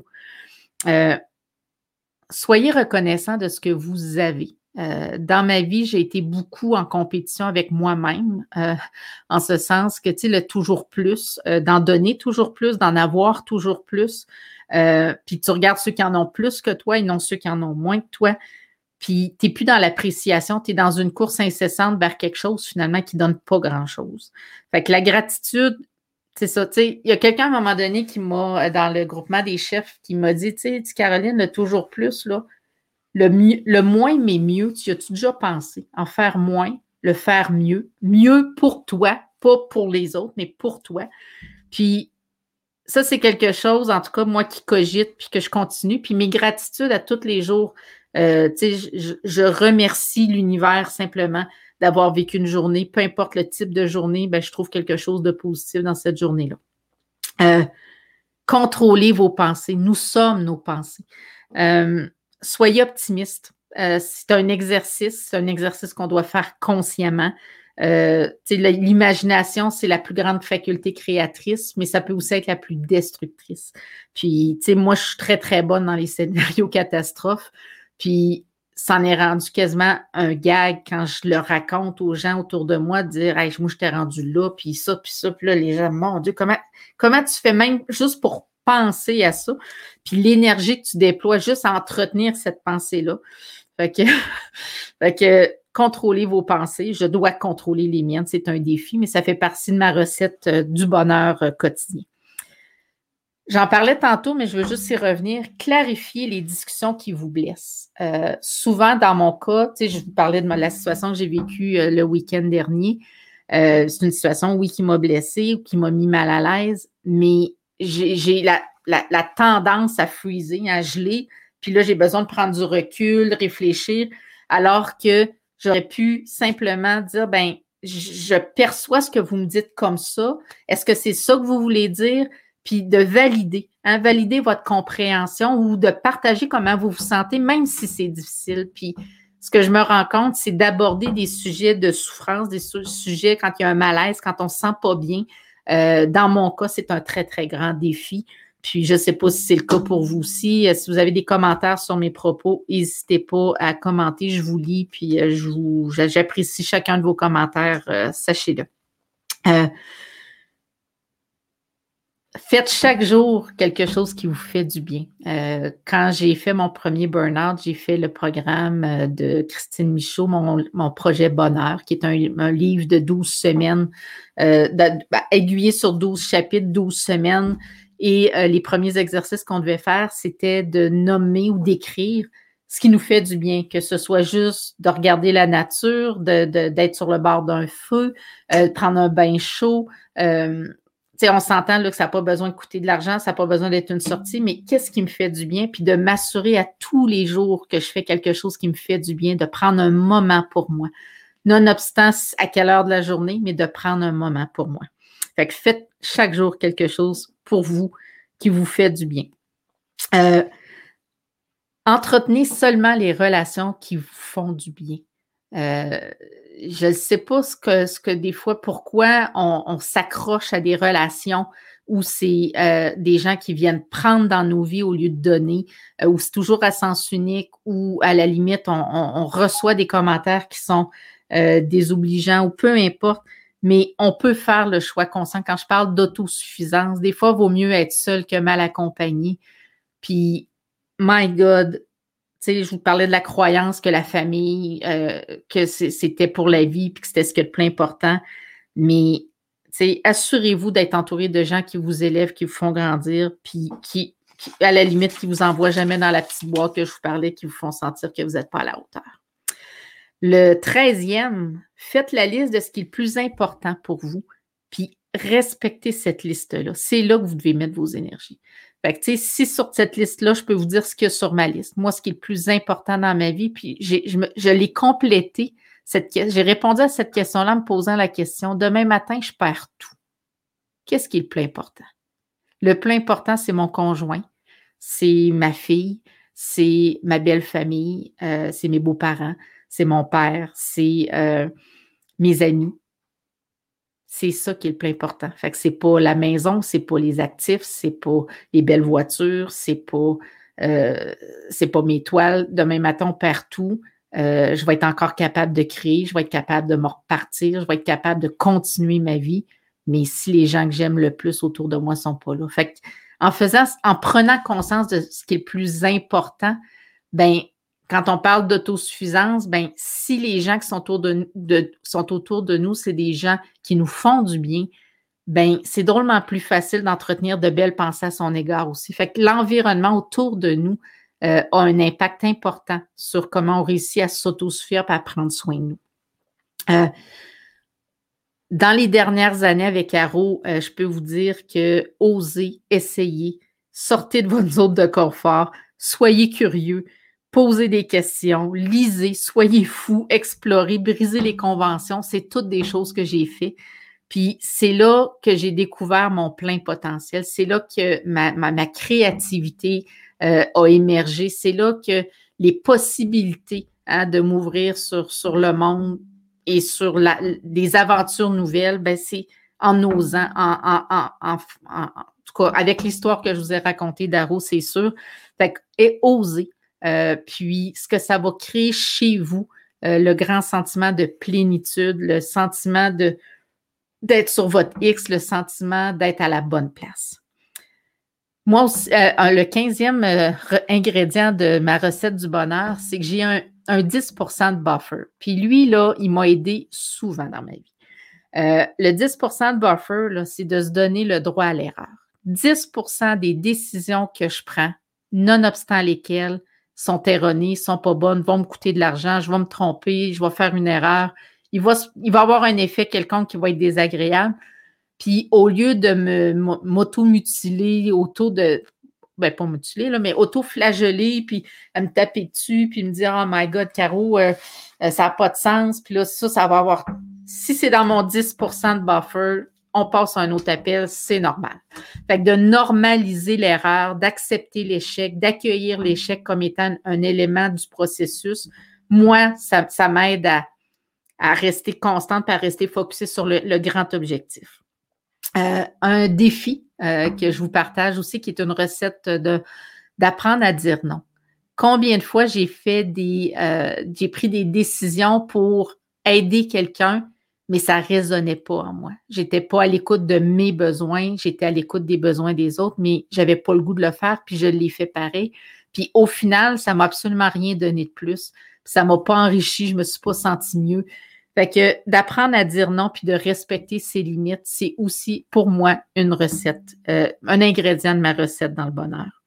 Euh, soyez reconnaissant de ce que vous avez. Euh, dans ma vie, j'ai été beaucoup en compétition avec moi-même, euh, en ce sens que, tu sais, le toujours plus, euh, d'en donner toujours plus, d'en avoir toujours plus. Euh, puis tu regardes ceux qui en ont plus que toi et non ceux qui en ont moins que toi. Puis tu n'es plus dans l'appréciation, tu es dans une course incessante vers quelque chose finalement qui ne donne pas grand-chose. Fait que la gratitude, c'est ça, tu sais, il y a quelqu'un à un moment donné qui m'a, dans le groupement des chefs, qui m'a dit, tu sais, Caroline, le toujours plus, là, le, mieux, le moins mais mieux, tu y as-tu déjà pensé? En faire moins, le faire mieux, mieux pour toi, pas pour les autres, mais pour toi. Puis ça, c'est quelque chose, en tout cas, moi qui cogite, puis que je continue. Puis mes gratitudes à tous les jours, euh, tu sais, je, je remercie l'univers simplement d'avoir vécu une journée, peu importe le type de journée, ben, je trouve quelque chose de positif dans cette journée-là. Euh, contrôlez vos pensées. Nous sommes nos pensées. Euh, soyez optimistes. Euh, c'est un exercice, c'est un exercice qu'on doit faire consciemment. Euh, l'imagination, c'est la plus grande faculté créatrice, mais ça peut aussi être la plus destructrice. Puis, tu sais, moi, je suis très, très bonne dans les scénarios catastrophes. Puis, ça en est rendu quasiment un gag quand je le raconte aux gens autour de moi, de dire, hey, moi, je t'ai rendu là, puis ça, puis ça, puis là, les gens, mon Dieu, comment, comment tu fais même juste pour penser à ça? Puis l'énergie que tu déploies juste à entretenir cette pensée-là. Fait que, fait que, contrôlez vos pensées. Je dois contrôler les miennes. C'est un défi, mais ça fait partie de ma recette euh, du bonheur euh, quotidien. J'en parlais tantôt, mais je veux juste y revenir. Clarifier les discussions qui vous blessent. Euh, souvent, dans mon cas, tu sais, je vous parlais de ma, la situation que j'ai vécue euh, le week-end dernier. Euh, c'est une situation, oui, qui m'a blessée ou qui m'a mis mal à l'aise, mais j'ai, j'ai la, la, la tendance à freezer, à geler. Puis là, j'ai besoin de prendre du recul, réfléchir, alors que j'aurais pu simplement dire, ben, je perçois ce que vous me dites comme ça. Est-ce que c'est ça que vous voulez dire? Puis de valider, hein, valider votre compréhension ou de partager comment vous vous sentez, même si c'est difficile. Puis ce que je me rends compte, c'est d'aborder des sujets de souffrance, des sujets quand il y a un malaise, quand on ne se sent pas bien. Euh, dans mon cas, c'est un très, très grand défi. Puis, je ne sais pas si c'est le cas pour vous aussi. Si vous avez des commentaires sur mes propos, n'hésitez pas à commenter. Je vous lis, puis je vous, j'apprécie chacun de vos commentaires, euh, sachez-le. Euh, faites chaque jour quelque chose qui vous fait du bien. Euh, quand j'ai fait mon premier burn-out, j'ai fait le programme de Christine Michaud, mon, mon projet Bonheur, qui est un, un livre de douze semaines, euh, de, ben, aiguillé sur douze chapitres, douze semaines, Et euh, les premiers exercices qu'on devait faire, c'était de nommer ou d'écrire ce qui nous fait du bien, que ce soit juste de regarder la nature, de, de, d'être sur le bord d'un feu, euh, de prendre un bain chaud. Euh, tu sais, on s'entend là, que ça n'a pas besoin de coûter de l'argent, ça n'a pas besoin d'être une sortie, mais qu'est-ce qui me fait du bien? Puis de m'assurer à tous les jours que je fais quelque chose qui me fait du bien, de prendre un moment pour moi. Nonobstant à quelle heure de la journée, mais de prendre un moment pour moi. Fait que faites chaque jour quelque chose pour vous qui vous fait du bien. Euh, Entretenez seulement les relations qui vous font du bien. Euh, je ne sais pas ce que, ce que des fois, pourquoi on, on s'accroche à des relations où c'est euh, des gens qui viennent prendre dans nos vies au lieu de donner, euh, où c'est toujours à sens unique, ou à la limite, on, on, on reçoit des commentaires qui sont euh, désobligeants ou peu importe, mais on peut faire le choix conscient. Quand je parle d'autosuffisance, des fois, il vaut mieux être seul que mal accompagné. Puis, my God, tu sais, je vous parlais de la croyance que la famille, euh, que c'était pour la vie, puis que c'était ce qui est le plus important. Mais, tu sais, assurez-vous d'être entouré de gens qui vous élèvent, qui vous font grandir, puis qui, qui, à la limite, qui vous envoient jamais dans la petite boîte que je vous parlais, qui vous font sentir que vous n'êtes pas à la hauteur. Le treizième, faites la liste de ce qui est le plus important pour vous, puis respectez cette liste-là. C'est là que vous devez mettre vos énergies. Fait que, tu sais, si sur cette liste-là, je peux vous dire ce qu'il y a sur ma liste. Moi, ce qui est le plus important dans ma vie, puis j'ai, je, me, je l'ai complété. Cette, j'ai répondu à cette question-là en me posant la question, demain matin, je perds tout. Qu'est-ce qui est le plus important? Le plus important, c'est mon conjoint, c'est ma fille, c'est ma belle famille, euh, c'est mes beaux-parents, c'est mon père, c'est euh, mes amis. C'est ça qui est le plus important. Fait que c'est pas la maison, c'est pas les actifs, c'est pas les belles voitures, c'est pas, euh, c'est pas mes toiles. Demain matin, on perd tout. Euh, je vais être encore capable de créer, je vais être capable de me repartir, je vais être capable de continuer ma vie. Mais si les gens que j'aime le plus autour de moi sont pas là. Fait que, en faisant, en prenant conscience de ce qui est le plus important, ben, quand on parle d'autosuffisance, ben, si les gens qui sont autour de, de, sont autour de nous, c'est des gens qui nous font du bien, ben, c'est drôlement plus facile d'entretenir de belles pensées à son égard aussi. Fait que l'environnement autour de nous euh, a un impact important sur comment on réussit à s'autosuffire et à prendre soin de nous. Euh, dans les dernières années avec Caro, euh, je peux vous dire que osez, essayez, sortez de votre zone de confort, soyez curieux, posez des questions, lisez, soyez fous, explorez, brisez les conventions. C'est toutes des choses que j'ai fait. Puis c'est là que j'ai découvert mon plein potentiel. C'est là que ma, ma, ma créativité euh, a émergé. C'est là que les possibilités hein, de m'ouvrir sur, sur le monde et sur la, des aventures nouvelles, ben c'est en osant, en, en, en, en, en, en tout cas, avec l'histoire que je vous ai racontée d'Aro, c'est sûr. Fait que, et oser. Euh, puis, ce que ça va créer chez vous, euh, le grand sentiment de plénitude, le sentiment de, d'être sur votre X, le sentiment d'être à la bonne place. Moi aussi, euh, le quinzième euh, ingrédient de ma recette du bonheur, c'est que j'ai un, un dix pour cent de buffer. Puis lui, là, il m'a aidé souvent dans ma vie. Euh, le dix pour cent de buffer, là, c'est de se donner le droit à l'erreur. dix pour cent des décisions que je prends, nonobstant lesquelles sont erronées, sont pas bonnes, vont me coûter de l'argent, je vais me tromper, je vais faire une erreur. Il va, il va avoir un effet quelconque qui va être désagréable. Puis au lieu de me m'auto-mutiler, auto de, ben pas mutiler, là, mais auto-flageller, puis à me taper dessus, puis me dire « Oh my God, Caro, euh, euh, ça n'a pas de sens. » Puis là, ça, ça va avoir... Si c'est dans mon dix pour cent de buffer, on passe à un autre appel, c'est normal. Fait que de normaliser l'erreur, d'accepter l'échec, d'accueillir l'échec comme étant un élément du processus, moi, ça, ça m'aide à, à rester constante et à rester focusée sur le, le grand objectif. Euh, un défi euh, que je vous partage aussi, qui est une recette de, d'apprendre à dire non. Combien de fois j'ai fait des, euh, j'ai pris des décisions pour aider quelqu'un, mais ça ne résonnait pas en moi. Je n'étais pas à l'écoute de mes besoins, j'étais à l'écoute des besoins des autres, mais je n'avais pas le goût de le faire, puis je l'ai fait pareil. Puis au final, ça ne m'a absolument rien donné de plus. Ça ne m'a pas enrichi, je ne me suis pas sentie mieux. Fait que d'apprendre à dire non puis de respecter ses limites, c'est aussi pour moi une recette, euh, un ingrédient de ma recette dans le bonheur.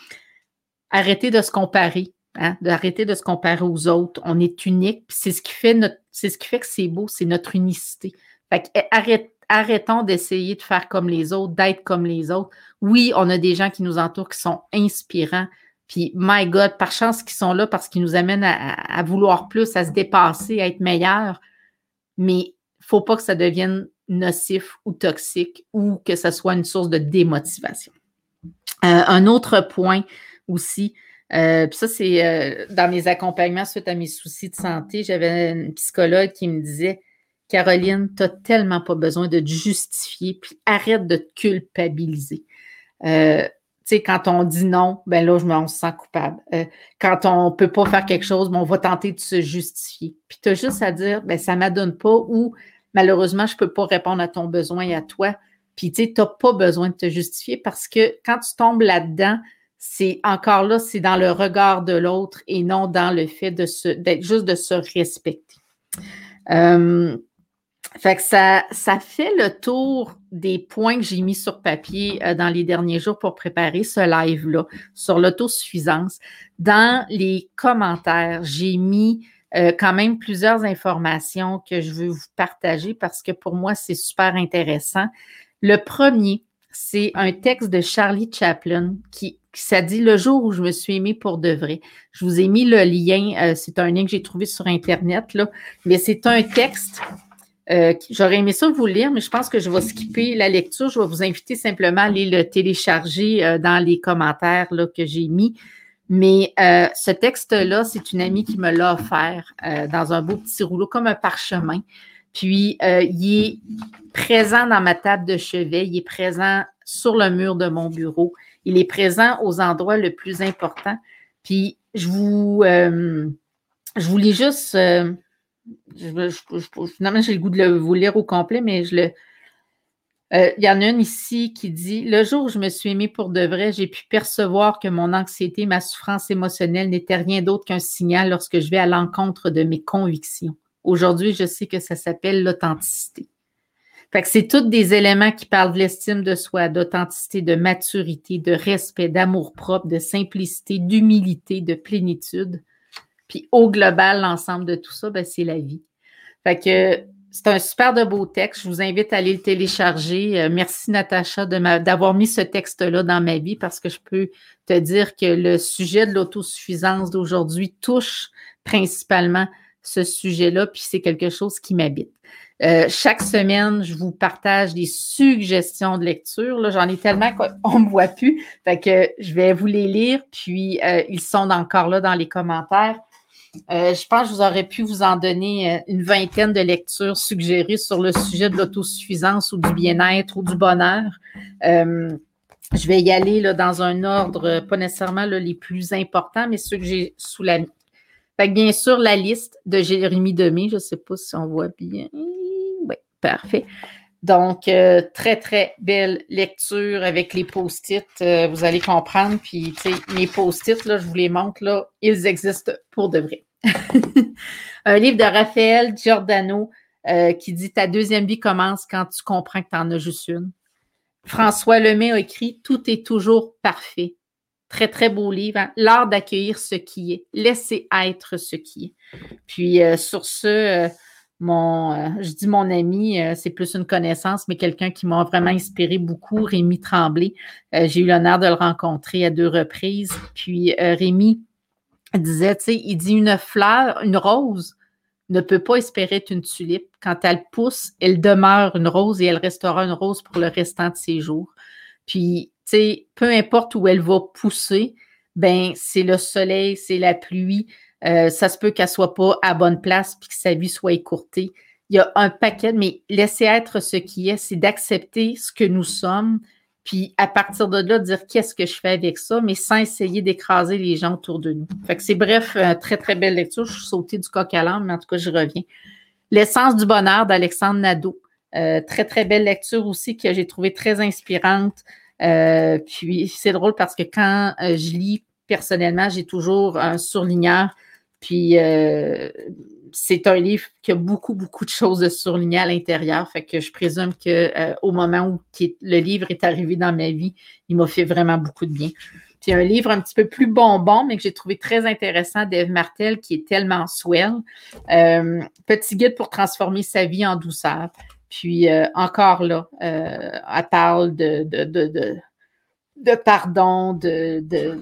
Arrêter de se comparer, hein, d'arrêter de se comparer aux autres. On est unique, puis c'est ce qui fait notre, c'est ce qui fait que c'est beau, c'est notre unicité. Fait que arrête, arrêtons d'essayer de faire comme les autres, d'être comme les autres. Oui, on a des gens qui nous entourent qui sont inspirants. Puis, my God, par chance qu'ils sont là parce qu'ils nous amènent à, à vouloir plus, à se dépasser, à être meilleurs. Mais il ne faut pas que ça devienne nocif ou toxique ou que ça soit une source de démotivation. Euh, un autre point aussi, euh, puis ça, c'est euh, dans mes accompagnements suite à mes soucis de santé, j'avais une psychologue qui me disait « Caroline, tu n'as tellement pas besoin de te justifier, puis arrête de te culpabiliser. Euh, » Tu sais, quand on dit non, ben là, je me on se sent coupable. Euh, quand on ne peut pas faire quelque chose, ben on va tenter de se justifier. Puis tu as juste à dire, ben ça ne m'adonne pas ou malheureusement, je ne peux pas répondre à ton besoin et à toi. Puis tu sais, tu n'as pas besoin de te justifier parce que quand tu tombes là-dedans, c'est encore là, c'est dans le regard de l'autre et non dans le fait de se, d'être juste de se respecter. Euh, Fait que ça, ça fait le tour des points que j'ai mis sur papier euh, dans les derniers jours pour préparer ce live-là sur l'autosuffisance. Dans les commentaires, j'ai mis euh, quand même plusieurs informations que je veux vous partager parce que pour moi, c'est super intéressant. Le premier, c'est un texte de Charlie Chaplin qui, qui ça dit « Le jour où je me suis aimée pour de vrai ». Je vous ai mis le lien, euh, c'est un lien que j'ai trouvé sur Internet, là, mais c'est un texte... Euh, j'aurais aimé ça vous lire, mais je pense que je vais skipper la lecture. Je vais vous inviter simplement à aller le télécharger euh, dans les commentaires là, que j'ai mis. Mais euh, ce texte-là, c'est une amie qui me l'a offert euh, dans un beau petit rouleau, comme un parchemin. Puis, euh, il est présent dans ma table de chevet, il est présent sur le mur de mon bureau, il est présent aux endroits le plus importants. Puis, je vous, euh, je vous lis juste... Euh, Je, je, je, finalement, j'ai le goût de le, vous lire au complet, mais je le. Euh, il y en a une ici qui dit « Le jour où je me suis aimée pour de vrai, j'ai pu percevoir que mon anxiété, ma souffrance émotionnelle n'était rien d'autre qu'un signal lorsque je vais à l'encontre de mes convictions. Aujourd'hui, je sais que ça s'appelle l'authenticité. » Fait que c'est tous des éléments qui parlent de l'estime de soi, d'authenticité, de maturité, de respect, d'amour-propre, de simplicité, d'humilité, de plénitude. Puis au global, l'ensemble de tout ça, ben, c'est la vie. Fait que c'est un super de beau texte. Je vous invite à aller le télécharger. Euh, merci Natacha de ma, d'avoir mis ce texte-là dans ma vie parce que je peux te dire que le sujet de l'autosuffisance d'aujourd'hui touche principalement ce sujet-là, puis c'est quelque chose qui m'habite. Euh, chaque semaine, je vous partage des suggestions de lecture. Là, j'en ai tellement qu'on ne me voit plus. Fait que je vais vous les lire, puis euh, ils sont encore là dans les commentaires. Euh, je pense que je vous aurais pu vous en donner une vingtaine de lectures suggérées sur le sujet de l'autosuffisance ou du bien-être ou du bonheur. Euh, je vais y aller là, dans un ordre, pas nécessairement là, les plus importants, mais ceux que j'ai sous la... Fait que bien sûr, la liste de Jérémie Demé, je ne sais pas si on voit bien. Oui, parfait. Donc, euh, très, très belle lecture avec les post-it. Euh, vous allez comprendre. Puis, tu sais, mes post-it, là, je vous les montre, là, ils existent pour de vrai. Un livre de Raphaël Giordano euh, qui dit « Ta deuxième vie commence quand tu comprends que tu en as juste une ». François Lemay a écrit « Tout est toujours parfait ». Très, très beau livre. Hein? L'art d'accueillir ce qui est. Laisser être ce qui est. Puis, euh, sur ce... Euh, Mon, euh, je dis mon ami, euh, c'est plus une connaissance, mais quelqu'un qui m'a vraiment inspiré beaucoup, Rémi Tremblay. Euh, j'ai eu l'honneur de le rencontrer à deux reprises. Puis euh, Rémi disait, tu sais, il dit une fleur, une rose ne peut pas espérer être une tulipe. Quand elle pousse, elle demeure une rose et elle restera une rose pour le restant de ses jours. Puis, tu sais, peu importe où elle va pousser, ben c'est le soleil, c'est la pluie. Euh, ça se peut qu'elle ne soit pas à bonne place puis que sa vie soit écourtée. Il y a un paquet, mais laisser être ce qui est, c'est d'accepter ce que nous sommes, puis à partir de là, dire qu'est-ce que je fais avec ça, mais sans essayer d'écraser les gens autour de nous. Fait que c'est bref, euh, très, très belle lecture. Je suis sautée du coq à l'âne, mais en tout cas, j'y reviens. L'essence du bonheur d'Alexandre Nadeau. Euh, très, très belle lecture aussi que j'ai trouvée très inspirante. Euh, puis c'est drôle parce que quand euh, je lis personnellement, j'ai toujours un surligneur. Puis, euh, c'est un livre qui a beaucoup, beaucoup de choses de surlignées à l'intérieur. Fait que je présume qu'au euh, moment où qui, le livre est arrivé dans ma vie, il m'a fait vraiment beaucoup de bien. Puis un livre un petit peu plus bonbon, mais que j'ai trouvé très intéressant d'Ève Martel, qui est tellement swell. Euh, Petit guide pour transformer sa vie en douceur. Puis euh, encore là, euh, elle parle de, de, de, de, de pardon, de, de,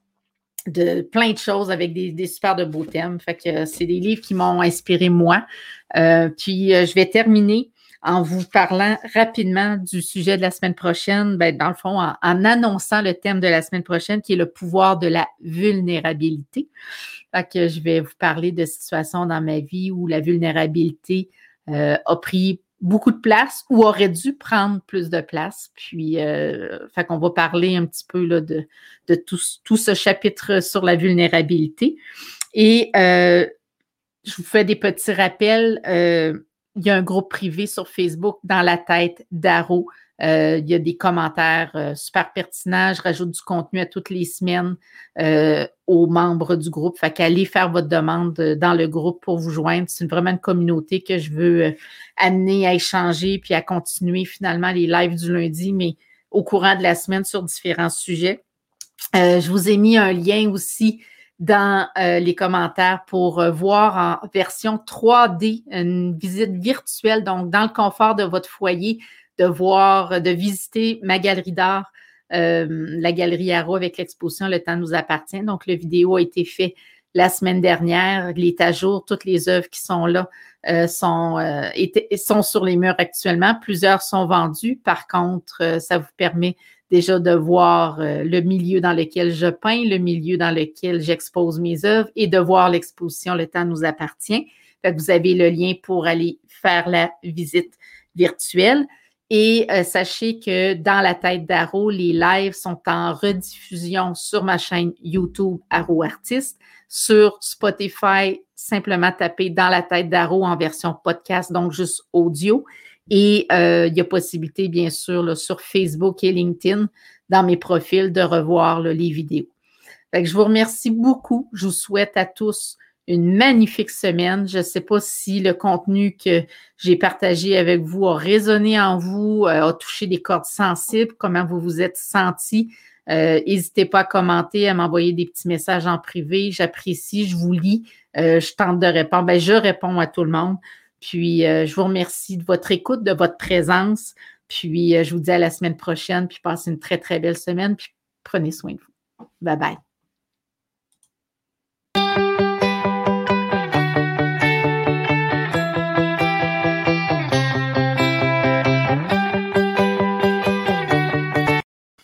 de plein de choses avec des, des super de beaux thèmes. Fait que euh, c'est des livres qui m'ont inspiré moi. Euh, puis euh, je vais terminer en vous parlant rapidement du sujet de la semaine prochaine, ben, dans le fond, en, en annonçant le thème de la semaine prochaine, qui est le pouvoir de la vulnérabilité. Fait que je vais vous parler de situations dans ma vie où la vulnérabilité euh, a pris beaucoup de place ou aurait dû prendre plus de place. Puis, euh, fait qu'on va parler un petit peu là, de, de tout, tout ce chapitre sur la vulnérabilité. Et euh, je vous fais des petits rappels. Euh, il y a un groupe privé sur Facebook, Dans la tête d'Aro. Euh, il y a des commentaires euh, super pertinents. Je rajoute du contenu à toutes les semaines euh, aux membres du groupe. Fait qu'allez faire votre demande dans le groupe pour vous joindre. C'est vraiment une communauté que je veux euh, amener à échanger puis à continuer finalement les lives du lundi, mais au courant de la semaine sur différents sujets. Euh, je vous ai mis un lien aussi dans euh, les commentaires pour euh, voir en version trois D une visite virtuelle, donc dans le confort de votre foyer, de voir, de visiter ma galerie d'art, euh, la galerie Aro avec l'exposition Le temps nous appartient. Donc, le vidéo a été fait la semaine dernière. Il est à jour. Toutes les œuvres qui sont là euh, sont, euh, étaient, sont sur les murs actuellement. Plusieurs sont vendues. Par contre, euh, ça vous permet déjà de voir euh, le milieu dans lequel je peins, le milieu dans lequel j'expose mes œuvres et de voir l'exposition Le temps nous appartient. Fait que vous avez le lien pour aller faire la visite virtuelle. Et euh, sachez que dans la tête d'Aro, les lives sont en rediffusion sur ma chaîne YouTube Aro Artiste. Sur Spotify, simplement tapez Dans la tête d'Aro en version podcast, donc juste audio. Et euh, il y a possibilité, bien sûr, là, sur Facebook et LinkedIn, dans mes profils, de revoir là, les vidéos. Fait que je vous remercie beaucoup. Je vous souhaite à tous une magnifique semaine. Je ne sais pas si le contenu que j'ai partagé avec vous a résonné en vous, euh, a touché des cordes sensibles, comment vous vous êtes sentis. Euh, n'hésitez pas à commenter, à m'envoyer des petits messages en privé. J'apprécie, je vous lis. Euh, je tente de répondre. Ben, je réponds à tout le monde. Puis, euh, je vous remercie de votre écoute, de votre présence. Puis, euh, je vous dis à la semaine prochaine. Puis, passez une très, très belle semaine. Puis, prenez soin de vous. Bye bye.